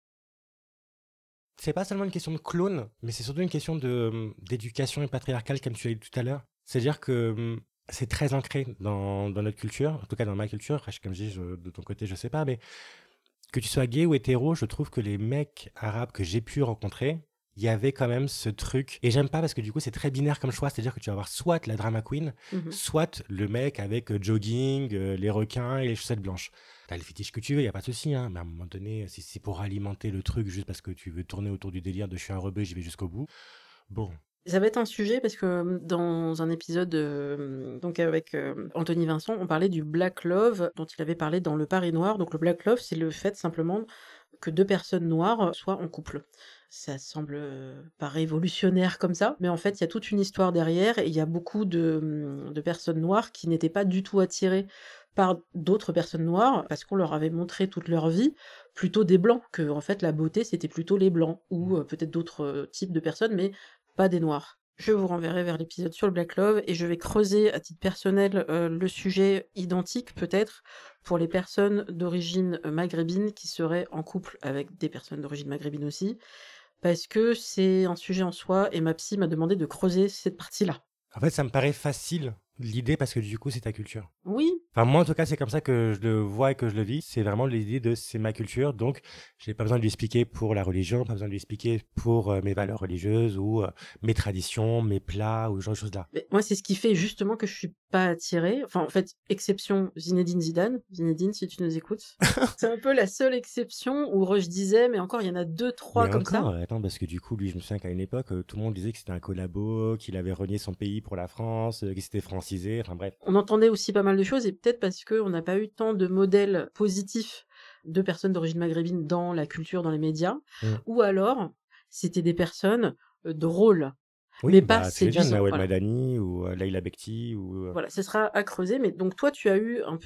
C'est pas seulement une question de clone, mais c'est surtout une question d'éducation et patriarcale, comme tu l'as dit tout à l'heure. C'est-à-dire que c'est très ancré dans notre culture, en tout cas dans ma culture. Après, comme je dis, de ton côté, je sais pas, mais que tu sois gay ou hétéro, je trouve que les mecs arabes que j'ai pu rencontrer, il y avait quand même ce truc. Et j'aime pas parce que du coup, c'est très binaire comme choix. C'est-à-dire que tu vas avoir soit la drama queen, soit le mec avec jogging, les requins et les chaussettes blanches. T'as le fétiche que tu veux, il n'y a pas de souci. Hein. Mais à un moment donné, si c'est pour alimenter le truc juste parce que tu veux tourner autour du délire de je suis un rebeu, j'y vais jusqu'au bout. Bon. Ça va être un sujet parce que dans un épisode donc avec Anthony Vincent, on parlait du Black Love dont il avait parlé dans Le Paris Noir. Donc le Black Love, c'est le fait simplement que deux personnes noires soient en couple. Ça semble pas révolutionnaire comme ça, mais en fait, il y a toute une histoire derrière et il y a beaucoup de personnes noires qui n'étaient pas du tout attirées par d'autres personnes noires parce qu'on leur avait montré toute leur vie plutôt des blancs, que en fait la beauté c'était plutôt les blancs ou peut-être d'autres types de personnes, mais pas des noirs. Je vous renverrai vers l'épisode sur le Black Love et je vais creuser à titre personnel le sujet identique peut-être pour les personnes d'origine maghrébine qui seraient en couple avec des personnes d'origine maghrébine aussi, parce que c'est un sujet en soi et ma psy m'a demandé de creuser cette partie-là. En fait, ça me paraît facile, l'idée, parce que du coup, c'est ta culture. Oui, Enfin, moi, en tout cas, c'est comme ça que je le vois et que je le vis. C'est vraiment l'idée de c'est ma culture, donc j'ai pas besoin de lui expliquer pour la religion, pas besoin de lui expliquer pour mes valeurs religieuses ou mes traditions, mes plats ou ce genre de choses-là. mais moi c'est ce qui fait justement que je suis pas attirée. Enfin, en fait, exception Zinedine Zidane. Zinedine, si tu nous écoutes. C'est un peu la seule exception où je disais, mais encore, il y en a 2-3 Mais comme encore, ça. attends, parce que du coup, lui, je me souviens qu'à une époque, tout le monde disait que c'était un collabo, qu'il avait renié son pays pour la France, qu'il s'était francisé, enfin bref. On entendait aussi pas mal de choses, et peut-être parce qu'on n'a pas eu tant de modèles positifs de personnes d'origine maghrébine dans la culture, dans les médias, ou alors c'était des personnes drôles, Oui, mais pas c'est les jeunes, séduisantes. Nawel Voilà. Madani ou Leïla Bekti ou... Voilà, ce sera à creuser, mais donc toi tu as eu un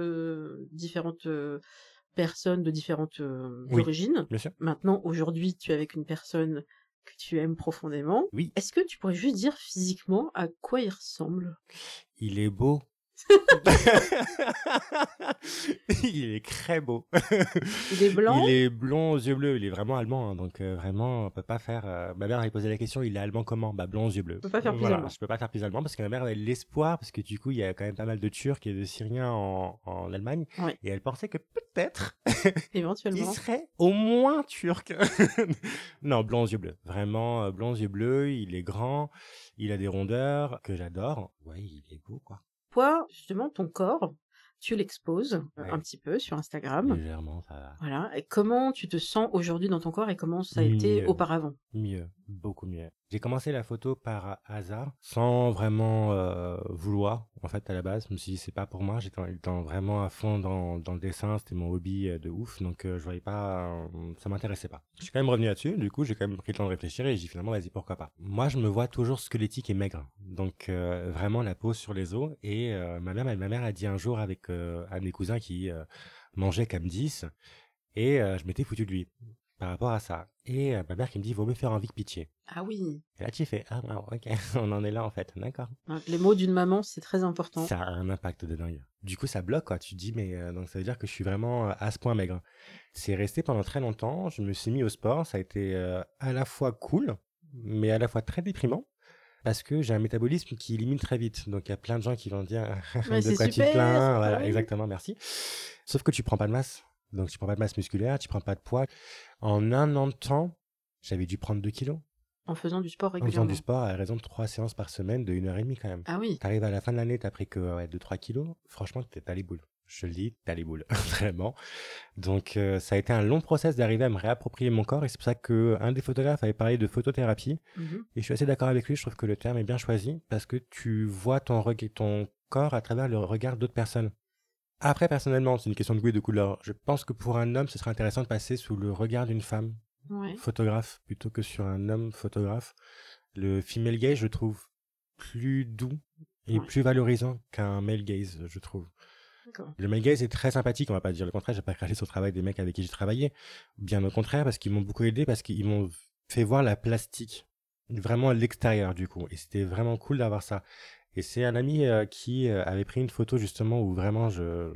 peu différentes personnes de différentes Oui, origines. bien sûr. Maintenant, aujourd'hui, tu es avec une personne que tu aimes profondément. Oui. Est-ce que tu pourrais juste dire physiquement à quoi il ressemble? Il est beau. Il est très beau. Il est blanc? Il est blond aux yeux bleus. Il est vraiment allemand, hein, donc vraiment, on peut pas faire. Ma mère avait posé la question, il est allemand comment? Bah blond aux yeux bleus. Je peux pas faire plus Voilà, allemand. je peux pas faire plus allemand parce que ma mère avait l'espoir, parce que du coup, il y a quand même pas mal de Turcs et de Syriens en Allemagne, Ouais. et elle pensait que peut-être il Éventuellement. serait au moins turc. Non, blond aux yeux bleus. Vraiment, blond aux yeux bleus. Il est grand, il a des rondeurs que j'adore. Ouais, il est beau, quoi. Toi, justement, ton corps, tu l'exposes Ouais. un petit peu sur Instagram. Légèrement, ça va. Voilà. Et comment tu te sens aujourd'hui dans ton corps et comment ça a été Mieux. auparavant? Mieux, beaucoup mieux. J'ai commencé la photo par hasard, sans vraiment vouloir, en fait, à la base. Je me suis dit, c'est pas pour moi. J'étais vraiment à fond dans le dessin. C'était mon hobby de ouf. Donc, je voyais pas... ça m'intéressait pas. Je suis quand même revenu là-dessus. Du coup, j'ai quand même pris le temps de réfléchir et j'ai dit finalement, vas-y, pourquoi pas. Moi, je me vois toujours squelettique et maigre. Donc, vraiment la peau sur les os. Et ma mère a dit un jour avec un de mes cousins qui mangeait comme 10. Et je m'étais foutu de lui par rapport à ça. Et ma mère qui me dit, vaut mieux faire envie que pitié. Ah oui. Et là, tu fais, ah, ok, on en est là en fait, d'accord. Les mots d'une maman, c'est très important. Ça a un impact de dingue. Du coup, ça bloque, quoi. Tu te dis, mais donc ça veut dire que je suis vraiment à ce point maigre. C'est resté pendant très longtemps. Je me suis mis au sport. Ça a été à la fois cool, mais à la fois très déprimant. Parce que j'ai un métabolisme qui élimine très vite. Donc, il y a plein de gens qui vont dire Mais de c'est quoi tu te super, plains. Voilà, ouais. exactement, merci. Sauf que tu prends pas de masse. Donc, tu prends pas de masse musculaire, tu prends pas de poids. En un an de temps, j'avais dû prendre 2 kilos. En faisant du sport En faisant régulièrement. du sport à raison de 3 séances par semaine de 1h30 quand même. Ah oui. T'arrives à la fin de l'année, t'as pris que 2-3 kilos. Franchement, t'as les boules. Je te le dis, t'as les boules. Vraiment. Donc, ça a été un long process d'arriver à me réapproprier mon corps. Et c'est pour ça qu'un des photographes avait parlé de photothérapie. Mhm. Et je suis assez d'accord avec lui. Je trouve que le terme est bien choisi parce que tu vois ton corps à travers le regard d'autres personnes. Après, personnellement, c'est une question de goût et de couleur. Je pense que pour un homme, ce serait intéressant de passer sous le regard d'une femme Ouais. photographe plutôt que sur un homme photographe. Le female gaze, je trouve plus doux et Ouais. plus valorisant qu'un male gaze, je trouve. D'accord. Le male gaze est très sympathique, on va pas dire le contraire, j'ai pas craché sur le travail des mecs avec qui j'ai travaillé. Bien au contraire, parce qu'ils m'ont beaucoup aidé, parce qu'ils m'ont fait voir la plastique, vraiment à l'extérieur du coup. Et c'était vraiment cool d'avoir ça. Et c'est un ami qui avait pris une photo justement où vraiment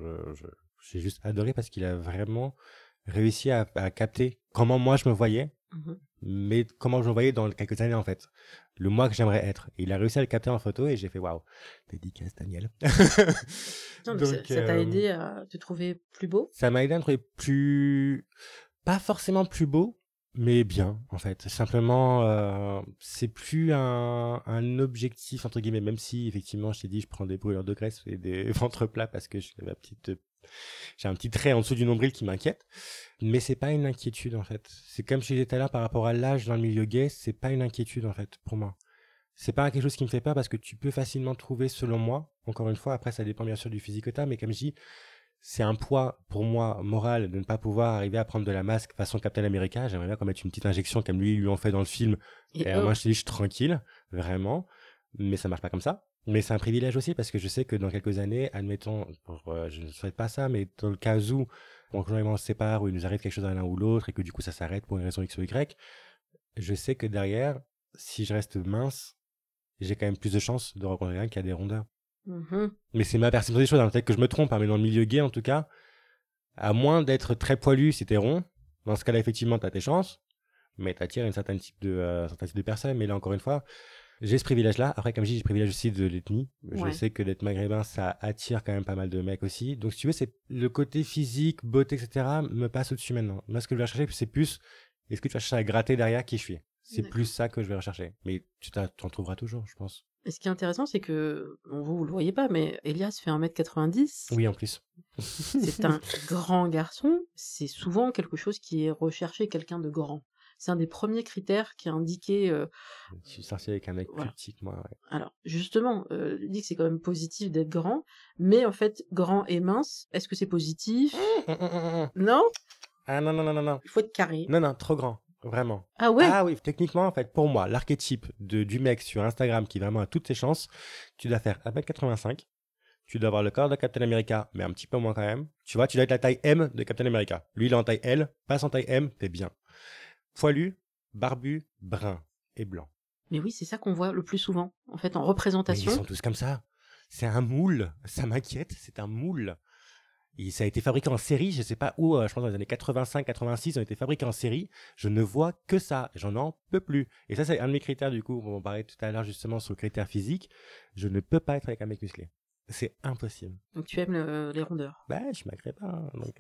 j'ai juste adoré parce qu'il a vraiment réussi à capter comment moi je me voyais, Mhm. mais comment je me voyais dans quelques années en fait. Le moi que j'aimerais être. Et il a réussi à le capter en photo et j'ai fait waouh, dédicace Daniel. Non, mais Donc, ça t'a aidé à te trouver plus beau? ça m'a aidé à me trouver plus, pas forcément plus beau, mais bien en fait. Simplement, c'est plus un objectif entre guillemets, même si effectivement je t'ai dit je prends des brûlures de graisse et des ventres plats parce que j'ai un petit trait en dessous du nombril qui m'inquiète, mais c'est pas une inquiétude en fait. C'est comme je disais tout à l'heure par rapport à l'âge dans le milieu gay, c'est pas une inquiétude en fait pour moi. C'est pas quelque chose qui me fait peur parce que tu peux facilement trouver, selon moi, encore une fois, après ça dépend bien sûr du physique que t'as, mais comme je dis, c'est un poids pour moi moral de ne pas pouvoir arriver à prendre de la masque façon Captain America. J'aimerais bien qu'on mette une petite injection comme lui en fait dans le film. Et Moi je te dis, je suis tranquille, vraiment, mais ça marche pas comme ça. Mais c'est un privilège aussi parce que je sais que dans quelques années, admettons, je ne souhaite pas ça, mais dans le cas où mon conjoint et moi on se sépare ou il nous arrive quelque chose à l'un ou l'autre et que du coup ça s'arrête pour une raison X ou Y, je sais que derrière, si je reste mince, j'ai quand même plus de chances de rencontrer quelqu'un qui a des rondeurs. Mhm. Mais c'est ma perception des choses, hein. Peut-être que je me trompe, hein, mais dans le milieu gay en tout cas, à moins d'être très poilu si t'es rond, dans ce cas-là effectivement t'as tes chances, mais t'attires un certain type de personnes. Mais là encore une fois, j'ai ce privilège-là. Après, comme je dis, j'ai le privilège aussi de l'ethnie. Je Ouais. sais que d'être maghrébin, ça attire quand même pas mal de mecs aussi. Donc si tu veux, c'est le côté physique, beauté, etc. me passe au-dessus maintenant. Moi, ce que je vais rechercher, c'est plus, est-ce que tu vas chercher à gratter derrière qui je suis? C'est D'accord. plus ça que je vais rechercher. Mais tu t'en trouveras toujours, je pense. Et ce qui est intéressant, c'est que, bon, vous le voyez pas, mais Elias fait 1m90. Oui, en plus. C'est un grand garçon. C'est souvent quelque chose qui est recherché, quelqu'un de grand. C'est un des premiers critères qui est indiqué. Je suis sorti avec un mec Voilà. plus petit que moi. Ouais. Alors, justement, il dit que c'est quand même positif d'être grand, mais en fait, grand et mince, est-ce que c'est positif? Non? Ah non, non, non, non, non. Il faut être carré. Non, non, trop grand. Vraiment. Ah ouais? Ah oui, techniquement, en fait, pour moi, l'archétype du mec sur Instagram qui vraiment a toutes ses chances, tu dois faire 1m85, tu dois avoir le corps de Captain America, mais un petit peu moins quand même. Tu vois, tu dois être la taille M de Captain America. Lui, il est en taille L, passe en taille M, t'es bien. Poilu, barbu, brun et blanc. Mais oui, c'est ça qu'on voit le plus souvent, en fait, en Mais représentation. ils sont tous comme ça. C'est un moule. Ça m'inquiète, c'est un moule. Et ça a été fabriqué en série, je sais pas où, je pense dans les années 85-86, ils ont été fabriqués en série. Je ne vois que ça, j'en en peux plus. Et ça, c'est un de mes critères du coup, on parlait tout à l'heure justement sur le critère physique. Je ne peux pas être avec un mec musclé. C'est impossible. Donc tu aimes les rondeurs. Bah, je m'agrée pas, hein, donc...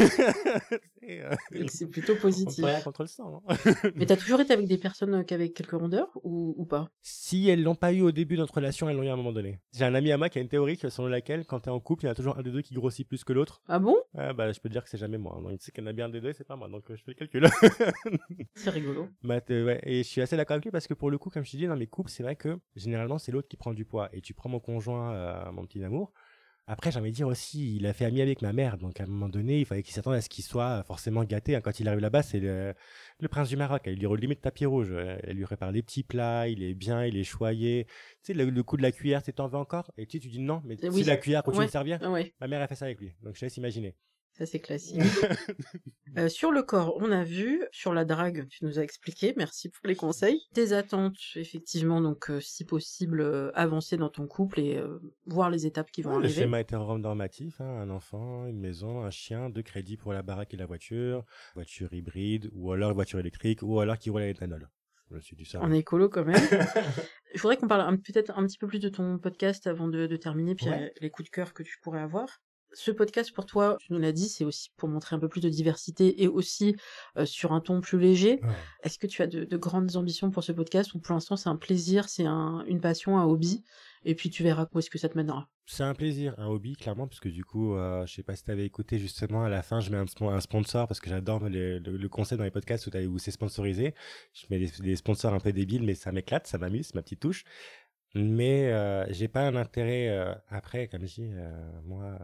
Donc c'est plutôt on positif. peut rien contre le sang. Hein. Mais t'as toujours été avec des personnes qui avaient quelques rondeurs ou pas? Si elles l'ont pas eu au début de notre relation, elles l'ont eu à un moment donné. J'ai un ami à moi qui a une théorie selon laquelle, quand t'es en couple, il y en a toujours un des deux qui grossit plus que l'autre. Ah bon? Ah bah, je peux te dire que c'est jamais moi. Donc, il sait qu'il y en a bien un des deux, c'est pas moi. Donc, je fais le calcul. C'est rigolo. Ouais. Et je suis assez d'accord avec lui parce que pour le coup, comme je te dis, dans mes couples, c'est vrai que généralement, c'est l'autre qui prend du poids. Et tu prends mon conjoint, mon petit amour. Après, j'ai envie de dire aussi, il a fait ami avec ma mère. Donc, à un moment donné, il fallait qu'il s'attende à ce qu'il soit forcément gâté. Hein. Quand il arrive là-bas, c'est le prince du Maroc. Il lui roule limite tapis rouge. Elle lui prépare des petits plats. Il est bien, il est choyé. Tu sais, le coup de la cuillère, tu t'en veux encore? Et tu dis non, mais Oui. si la cuillère continue Ouais. de servir, Ouais, ma mère a fait ça avec lui. Donc, je te laisse imaginer. ça c'est classique. Sur le corps, on a vu. Sur la drague, tu nous as expliqué. Merci pour les conseils. Tes attentes, effectivement, donc si possible, avancer dans ton couple et voir les étapes qui vont Le arriver. schéma hétéronormatif, hein, un enfant, une maison, un chien, 2 crédits pour la baraque et la voiture hybride, ou alors voiture électrique, ou alors qui roule à l'éthanol. Je me suis dit ça. En écolo quand même. Je voudrais qu'on parle peut-être un petit peu plus de ton podcast avant de terminer, puis Ouais. les coups de cœur que tu pourrais avoir. Ce podcast, pour toi, tu nous l'as dit, c'est aussi pour montrer un peu plus de diversité et aussi sur un ton plus léger. Ouais. Est-ce que tu as de grandes ambitions pour ce podcast ou pour l'instant c'est un plaisir, c'est une passion, un hobby, et puis tu verras où est-ce que ça te mènera? C'est un plaisir, un hobby, clairement, parce que du coup, je sais pas si tu avais écouté justement, à la fin, je mets un sponsor parce que j'adore le concept dans les podcasts où c'est sponsorisé. Je mets des sponsors un peu débiles, mais ça m'éclate, ça m'amuse, c'est ma petite touche. Mais j'ai pas un intérêt après, comme je dis, moi,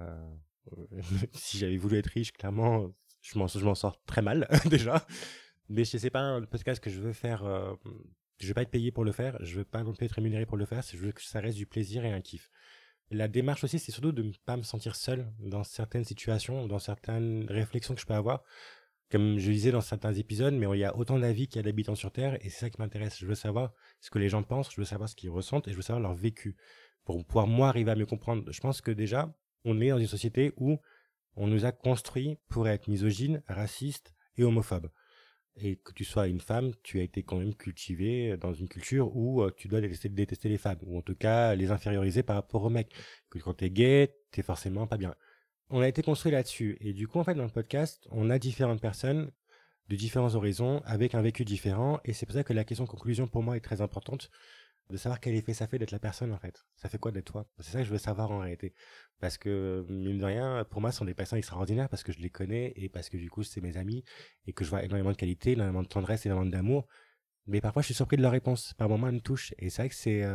si j'avais voulu être riche, clairement, je m'en sors très mal déjà. Mais c'est pas un podcast que je veux faire. Je veux pas être payé pour le faire. Je veux pas non plus être rémunéré pour le faire. Je veux que ça reste du plaisir et un kiff. La démarche aussi, c'est surtout de ne pas me sentir seul dans certaines situations, dans certaines réflexions que je peux avoir. Comme je disais dans certains épisodes, mais il y a autant d'avis qu'il y a d'habitants sur Terre, et c'est ça qui m'intéresse. Je veux savoir ce que les gens pensent, je veux savoir ce qu'ils ressentent, et je veux savoir leur vécu, pour pouvoir, moi, arriver à mieux comprendre. Je pense que déjà, on est dans une société où on nous a construit pour être misogyne, raciste et homophobe. Et que tu sois une femme, tu as été quand même cultivé dans une culture où tu dois détester les femmes, ou en tout cas les inférioriser par rapport aux mecs. Que quand t'es gay, t'es forcément pas bien. On a été construit là-dessus. Et du coup, en fait, dans le podcast, on a différentes personnes de différents horizons avec un vécu différent. Et c'est pour ça que la question de conclusion pour moi est très importante, de savoir quel effet ça fait d'être la personne, en fait. Ça fait quoi d'être toi? C'est ça que je veux savoir en réalité. Parce que, mine de rien, pour moi, ce sont des personnes extraordinaires parce que je les connais et parce que du coup, c'est mes amis et que je vois énormément de qualité, énormément de tendresse, énormément d'amour. Mais parfois, je suis surpris de leur réponse. Par moments, elles me touchent. Et c'est vrai que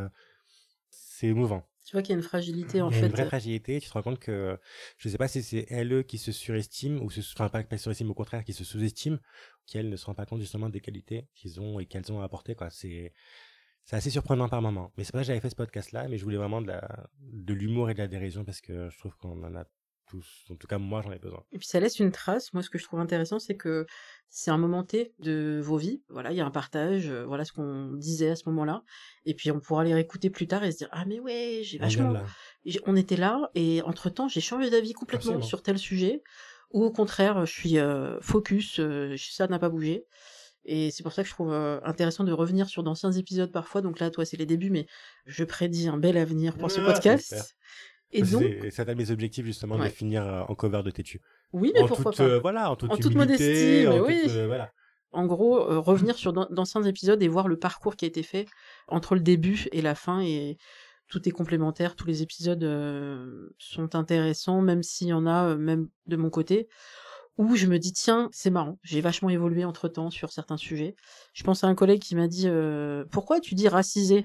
c'est émouvant. Tu vois qu'il y a une fragilité en Il y a une fait. vraie fragilité. Tu te rends compte que, je sais pas si c'est elles qui se surestiment ou enfin, pas surestiment, au contraire, qui se sous-estiment, qu'elles ne se rendent pas compte justement des qualités qu'ils ont et qu'elles ont à apporter, quoi. C'est assez surprenant par moment. Mais c'est pas que j'avais fait ce podcast-là, mais je voulais vraiment de l'humour et de la dérision parce que je trouve qu'on en a tous. En tout cas, moi, j'en ai besoin. Et puis ça laisse une trace. Moi, ce que je trouve intéressant, c'est que c'est un moment T de vos vies. Voilà, il y a un partage, voilà ce qu'on disait à ce moment-là. Et puis on pourra les réécouter plus tard et se dire ah mais ouais, j'ai On vient de vachement, là. on était là et entre-temps j'ai changé d'avis complètement Absolument. sur tel sujet. Ou au contraire, je suis focus, ça n'a pas bougé. Et c'est pour ça que je trouve intéressant de revenir sur d'anciens épisodes parfois. Donc là, toi, c'est les débuts, mais je prédis un bel avenir pour ce Ah, j'espère. podcast. Et donc, C'est un de mes objectifs justement de ouais. finir en cover de Tétu. Oui, mais En pourquoi toute, pas? voilà, en toute En toute humilité, modestie, mais en toute, oui. voilà. En gros, revenir sur d'anciens épisodes et voir le parcours qui a été fait entre le début et la fin. Et tout est complémentaire. Tous les épisodes sont intéressants, même s'il y en a, même de mon côté, où je me dis, tiens, c'est marrant, j'ai vachement évolué entre-temps sur certains sujets. Je pense à un collègue qui m'a dit, pourquoi tu dis racisé?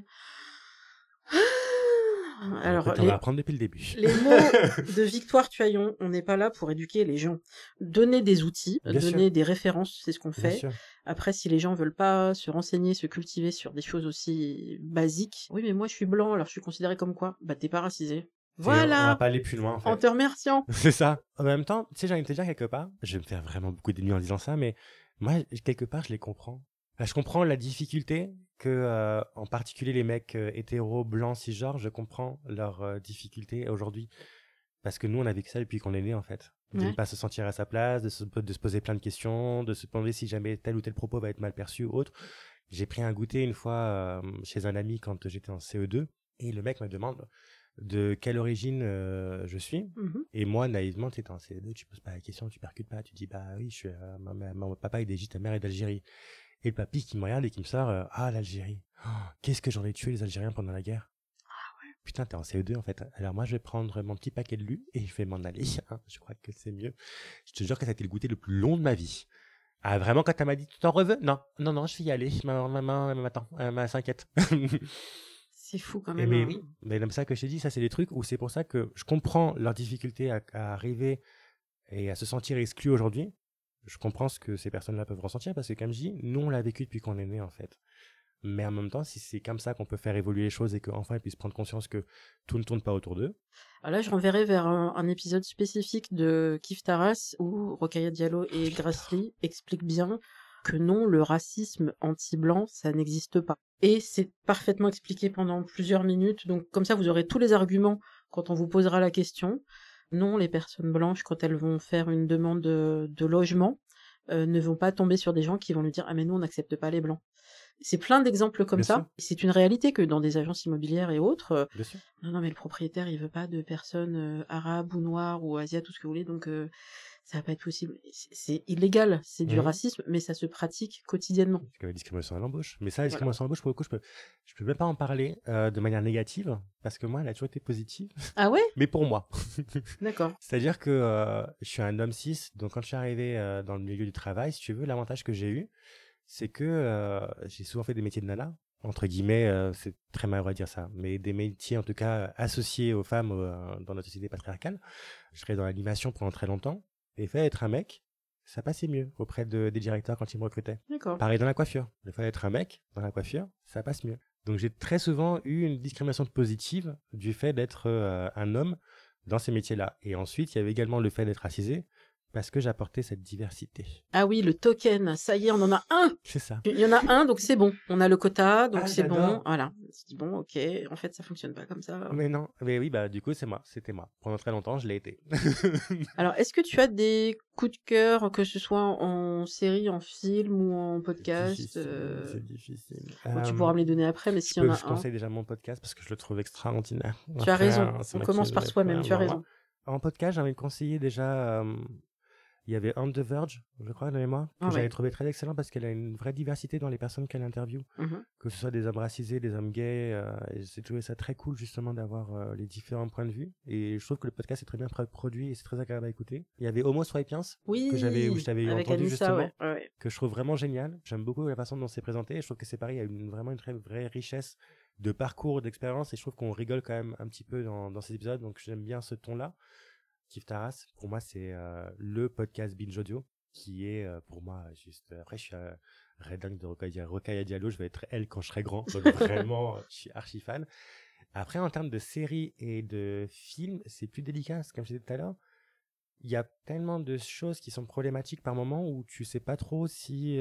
Alors, Écoute, on va apprendre depuis le début. les mots de Victoire Tuaillon, on n'est pas là pour éduquer les gens. Donner des outils, Bien sûr. donner des références, c'est ce qu'on Bien fait. sûr. Après, si les gens veulent pas se renseigner, se cultiver sur des choses aussi basiques, oui, mais moi je suis blanc, alors je suis considéré comme quoi? Bah t'es pas racisé. On va Voilà! pas aller plus loin en En fait. te remerciant. C'est ça. En même temps, tu sais, j'ai envie de te dire quelque part, je vais me faire vraiment beaucoup d'ennemis en disant ça, mais moi, quelque part, je les comprends. Là, je comprends la difficulté que, en particulier les mecs hétéros, blancs, cisgenres, je comprends leur difficulté aujourd'hui. Parce que nous, on a vécu ça depuis qu'on est né, en fait. De ne Ouais. pas se sentir à sa place, de se poser plein de questions, de se demander si jamais tel ou tel propos va être mal perçu ou autre. J'ai pris un goûter une fois chez un ami quand j'étais en CE2, et le mec me demande de quelle origine je suis. Mhm. Et moi, naïvement, tu es en CE2, tu poses pas la question, tu percutes pas, tu dis bah oui, je suis, mon papa est d'Égypte, ta mère est d'Algérie. Et le papy qui me regarde et qui me sort ah, l'Algérie. Oh, qu'est-ce que j'en ai tué les Algériens pendant la guerre. Putain, t'es en CE2 en fait. Alors moi, je vais prendre mon petit paquet de lu et je vais m'en aller. Hein. Je crois que c'est mieux. Je te jure que ça a été le goûter le plus long de ma vie. Ah, vraiment, quand elle m'a dit, tu t'en reveux? Non, non, non, je vais y aller. Maman, m'attend, elle s'inquiète. C'est fou quand Et même. mais Hein. oui, mais comme ça que je t'ai dit, ça c'est des trucs où c'est pour ça que je comprends leur difficulté à arriver et à se sentir exclu aujourd'hui. Je comprends ce que ces personnes-là peuvent ressentir parce que comme je dis, nous on l'a vécu depuis qu'on est né en fait. Mais en même temps, si c'est comme ça qu'on peut faire évoluer les choses et qu'enfin ils puissent prendre conscience que tout ne tourne pas autour d'eux. Alors là, je renverrai vers un épisode spécifique de Kif Taras où Rokhaya Diallo et Grace Lee expliquent bien que non, le racisme anti-blanc, ça n'existe pas. Et c'est parfaitement expliqué pendant plusieurs minutes, donc comme ça vous aurez tous les arguments quand on vous posera la question. Non, les personnes blanches, quand elles vont faire une demande de logement, ne vont pas tomber sur des gens qui vont lui dire « Ah mais nous, on n'accepte pas les blancs ». C'est plein d'exemples comme Bien ça. sûr, C'est une réalité que dans des agences immobilières et autres, bien sûr. non, non, mais le propriétaire, il veut pas de personnes arabes ou noires ou asiates, tout ce que vous voulez, donc ça va pas être possible. C'est illégal, c'est du Mhm. racisme, mais ça se pratique quotidiennement. C'est comme la discrimination à l'embauche. Mais ça, la Voilà. discrimination à l'embauche, pour le coup, je peux même pas en parler de manière négative, parce que moi, elle a toujours été positive, Ah ouais? mais pour moi. D'accord. C'est-à-dire que je suis un homme cis, donc quand je suis arrivé dans le milieu du travail, si tu veux, l'avantage que j'ai eu, c'est que j'ai souvent fait des métiers de nana, entre guillemets, c'est très mal à dire ça, mais des métiers en tout cas associés aux femmes dans notre société patriarcale. Je serais dans l'animation pendant très longtemps, et le fait d'être un mec, ça passait mieux auprès des directeurs quand ils me recrutaient. D'accord. Pareil dans la coiffure, le fait d'être un mec dans la coiffure, ça passe mieux. Donc j'ai très souvent eu une discrimination positive du fait d'être un homme dans ces métiers-là. Et ensuite, il y avait également le fait d'être racisé, parce que j'apportais cette diversité. Ah oui, le token, ça y est, on en a un. C'est ça. Il y en a un, donc c'est bon. On a le quota, donc Ah, c'est bon. j'adore. Voilà. On se dit, bon, ok, en fait, ça fonctionne pas comme ça. Mais non, mais oui, bah du coup, c'est moi, c'était moi. Pendant très longtemps, je l'ai été. Alors, est-ce que tu as des coups de cœur, que ce soit en série, en film ou en podcast Difficile, c'est difficile. Bon, tu pourras me les donner après, mais s'il y en a Je un. conseille déjà mon podcast parce que je le trouve extraordinaire. Tu as Après, raison. c'est On moi qui commence ai par donné soi-même. plein, Tu as voilà. raison. En podcast, j'ai envie de conseiller déjà. Il y avait On the Verge, je crois, de mémoire, que Ah j'avais ouais. trouvé très excellent parce qu'elle a une vraie diversité dans les personnes qu'elle interviewe. Mhm. Que ce soit des hommes racisés, des hommes gays. Et j'ai trouvé ça très cool justement d'avoir les différents points de vue. Et je trouve que le podcast est très bien produit et c'est très agréable à écouter. Il y avait Homo Swapiens, où je t'avais avec entendu Anissa, justement, ouais. Ouais. que je trouve vraiment génial. J'aime beaucoup la façon dont c'est présenté. Et je trouve que c'est pareil, il y a vraiment une très vraie richesse de parcours, d'expérience. Et je trouve qu'on rigole quand même un petit peu dans ces épisodes. Donc j'aime bien ce ton-là. Kif Taras, pour moi, c'est le podcast Binge Audio qui est pour moi juste. Après, je suis dingue de Rokhaya Diallo. Je vais être elle quand je serai grand. Donc vraiment, je suis archi fan. Après, en termes de séries et de films, c'est plus délicat. Parce que comme je disais tout à l'heure, il y a tellement de choses qui sont problématiques par moment où tu sais pas trop si.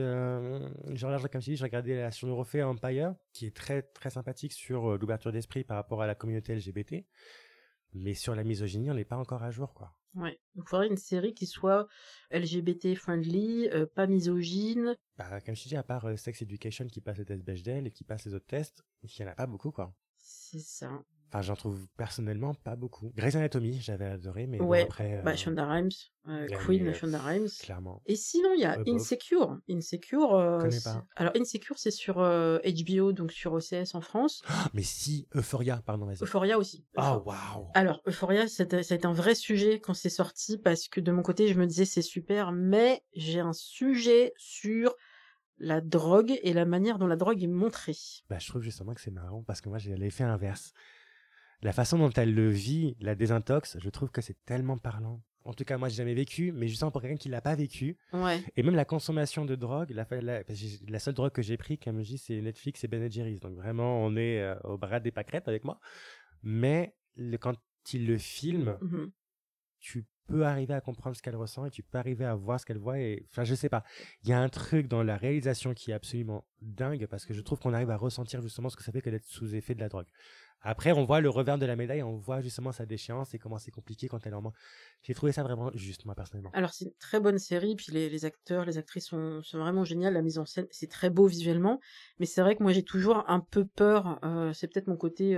Genre, comme je dis, j'ai regardé la sur Eurofait Empire, qui est très très sympathique sur l'ouverture d'esprit par rapport à la communauté LGBT. Mais sur la misogynie, on n'est pas encore à jour, quoi. Ouais. Il faudrait une série qui soit LGBT friendly, pas misogyne. Bah, comme je te dis, à part Sex Education qui passe le test Bechdel et qui passe les autres tests, il n'y en a pas beaucoup, quoi. C'est ça. Enfin, j'en trouve personnellement pas beaucoup. Grey's Anatomy, j'avais adoré, mais bon, Ouais. après... Bah, Shonda Rhimes, Queen Shonda Rhimes. Clairement. Et sinon, il y a Above. Insecure. Insecure. Je connais pas. Alors, Insecure, c'est sur HBO, donc sur OCS en France. Mais si, Euphoria, pardon, vas-y. Euphoria aussi. Oh, waouh. Alors, Euphoria, ça a été un vrai sujet quand c'est sorti, parce que de mon côté, je me disais c'est super, mais j'ai un sujet sur la drogue et la manière dont la drogue est montrée. Bah, je trouve justement que c'est marrant parce que moi, j'ai l'effet inverse. La façon dont elle le vit, la désintox, je trouve que c'est tellement parlant. En tout cas, moi, j'ai jamais vécu, mais justement pour quelqu'un qui l'a pas vécu. Ouais. Et même la consommation de drogue, la seule drogue que j'ai pris, comme je dis, c'est Netflix et Ben Jerry's. Donc vraiment, on est au bras des pâquerettes avec moi. Mais quand il le filme, Mhm. tu peux arriver à comprendre ce qu'elle ressent et tu peux arriver à voir ce qu'elle voit. Et enfin, je sais pas. Il y a un truc dans la réalisation qui est absolument dingue parce que je trouve qu'on arrive à ressentir justement ce que ça fait que d'être sous effet de la drogue. Après, on voit le revers de la médaille, on voit justement sa déchéance et comment c'est compliqué quand elle en mange. J'ai trouvé ça vraiment juste, moi, personnellement. Alors, c'est une très bonne série, puis les acteurs, les actrices sont vraiment géniales, la mise en scène, c'est très beau visuellement, mais c'est vrai que moi j'ai toujours un peu peur, c'est peut-être mon côté,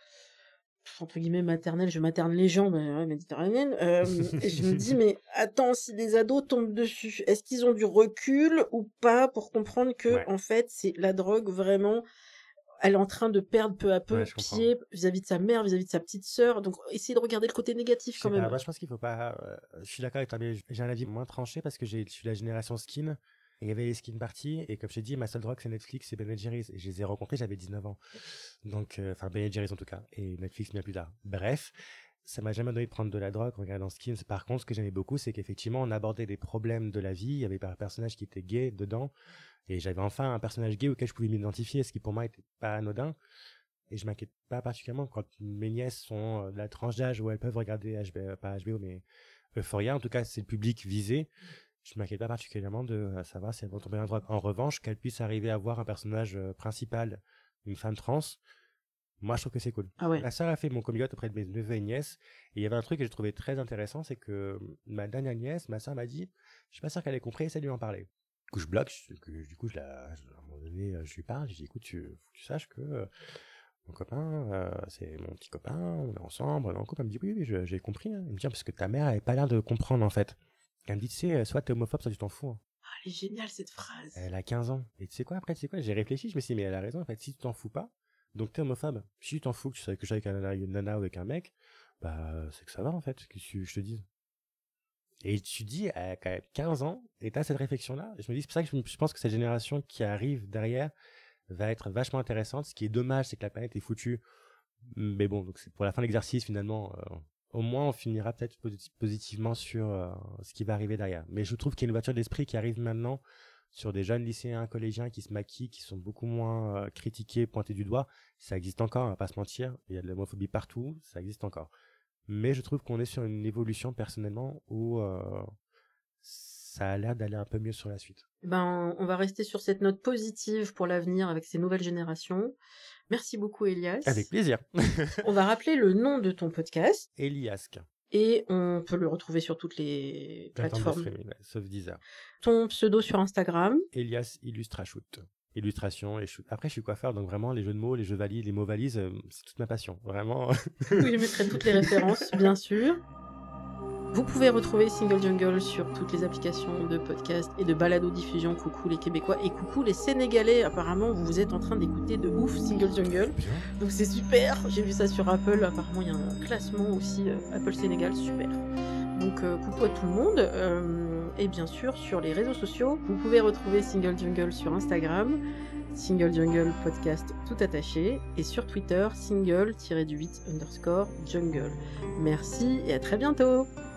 entre guillemets, maternel, je materne les gens, ouais, méditerranéenne, et je me dis, mais attends, si des ados tombent dessus, est-ce qu'ils ont du recul ou pas pour comprendre que, Ouais. en fait, c'est la drogue vraiment... Elle est en train de perdre peu à peu pied vis-à-vis de sa mère, vis-à-vis de sa petite sœur. Donc, essayez de regarder le côté négatif quand même. Moi, je pense qu'il faut pas. Je suis d'accord avec toi, mais j'ai un avis moins tranché parce que je suis la génération skin. Et il y avait les skin parties. Et comme je t'ai dit, ma seule drogue, c'est Netflix et Ben Jerry's. Et je les ai rencontrés, j'avais 19 ans. Donc, enfin, Ben Jerry's en tout cas. Et Netflix bien plus tard. Bref. Ça m'a jamais donné de prendre de la drogue en regardant Skins. Par contre, ce que j'aimais beaucoup, c'est qu'effectivement, on abordait des problèmes de la vie. Il y avait un personnage qui était gay dedans. Et j'avais enfin un personnage gay auquel je pouvais m'identifier, ce qui pour moi était pas anodin. Et je m'inquiète pas particulièrement quand mes nièces sont de la tranche d'âge où elles peuvent regarder pas HBO, mais Euphoria. En tout cas, c'est le public visé. Je m'inquiète pas particulièrement de savoir si elles vont tomber dans la drogue. En revanche, qu'elles puissent arriver à voir un personnage principal, une femme trans, moi, je trouve que c'est cool. Ah ouais. La sœur a fait mon coming out auprès de mes neveux et nièces. Et il y avait un truc que j'ai trouvé très intéressant, c'est que ma dernière nièce, ma sœur m'a dit, je suis pas sûr qu'elle ait compris, essaie de lui en parler. coup, je bloque. Du coup, à un moment donné, je lui parle. Je dis, écoute, faut que tu saches que mon copain, c'est mon petit copain, on est ensemble, on est en couple. Elle me dit, oui, j'ai compris. Hein. Il me dit, parce que ta mère avait pas l'air de comprendre, en fait. Elle me dit, tu sais, soit t'es homophobe, soit tu t'en fous. Hein. Ah, elle est géniale, cette phrase. Elle a 15 ans. Et tu sais quoi, après, j'ai réfléchi, je me suis dit, mais elle a raison, en fait, si tu t'en fous pas, donc t'es homophobe. Si tu t'en fous que je sois avec une nana ou avec un mec, bah, c'est que ça va, en fait, que je te dise. Et tu dis, elle a quand même 15 ans, et t'as cette réflexion-là. Je me dis, c'est pour ça que je pense que cette génération qui arrive derrière va être vachement intéressante. Ce qui est dommage, c'est que la planète est foutue. Mais bon, donc c'est pour la fin de l'exercice, finalement, au moins on finira peut-être positivement sur ce qui va arriver derrière. Mais je trouve qu'il y a une voiture d'esprit qui arrive maintenant sur des jeunes lycéens, collégiens qui se maquillent, qui sont beaucoup moins critiqués, pointés du doigt. Ça existe encore, on va pas se mentir. Il y a de l'homophobie partout, ça existe encore. Mais je trouve qu'on est sur une évolution personnellement où ça a l'air d'aller un peu mieux sur la suite. Ben, on va rester sur cette note positive pour l'avenir avec ces nouvelles générations. Merci beaucoup, Elias. Avec plaisir. On va rappeler le nom de ton podcast. Eliasque. Et on peut le retrouver sur toutes les plateformes. Sauf Deezer. Ton pseudo sur Instagram. Elias Illustrashoot. Illustration et shoot. Après, je suis coiffeur, donc vraiment, les jeux de mots, les jeux valises, les mots valises, c'est toute ma passion. Vraiment. Oui, je mettrai toutes les références, bien sûr. Vous pouvez retrouver Single Jungle sur toutes les applications de podcast et de balado-diffusion. Coucou les Québécois et coucou les Sénégalais. Apparemment, vous êtes en train d'écouter de ouf Single Jungle. Donc c'est super. J'ai vu ça sur Apple. Apparemment, il y a un classement aussi Apple Sénégal. Super. Donc coucou à tout le monde. Et bien sûr, sur les réseaux sociaux, vous pouvez retrouver Single Jungle sur Instagram. Single Jungle podcast tout attaché. Et sur Twitter, single-du-8_jungle. Merci et à très bientôt.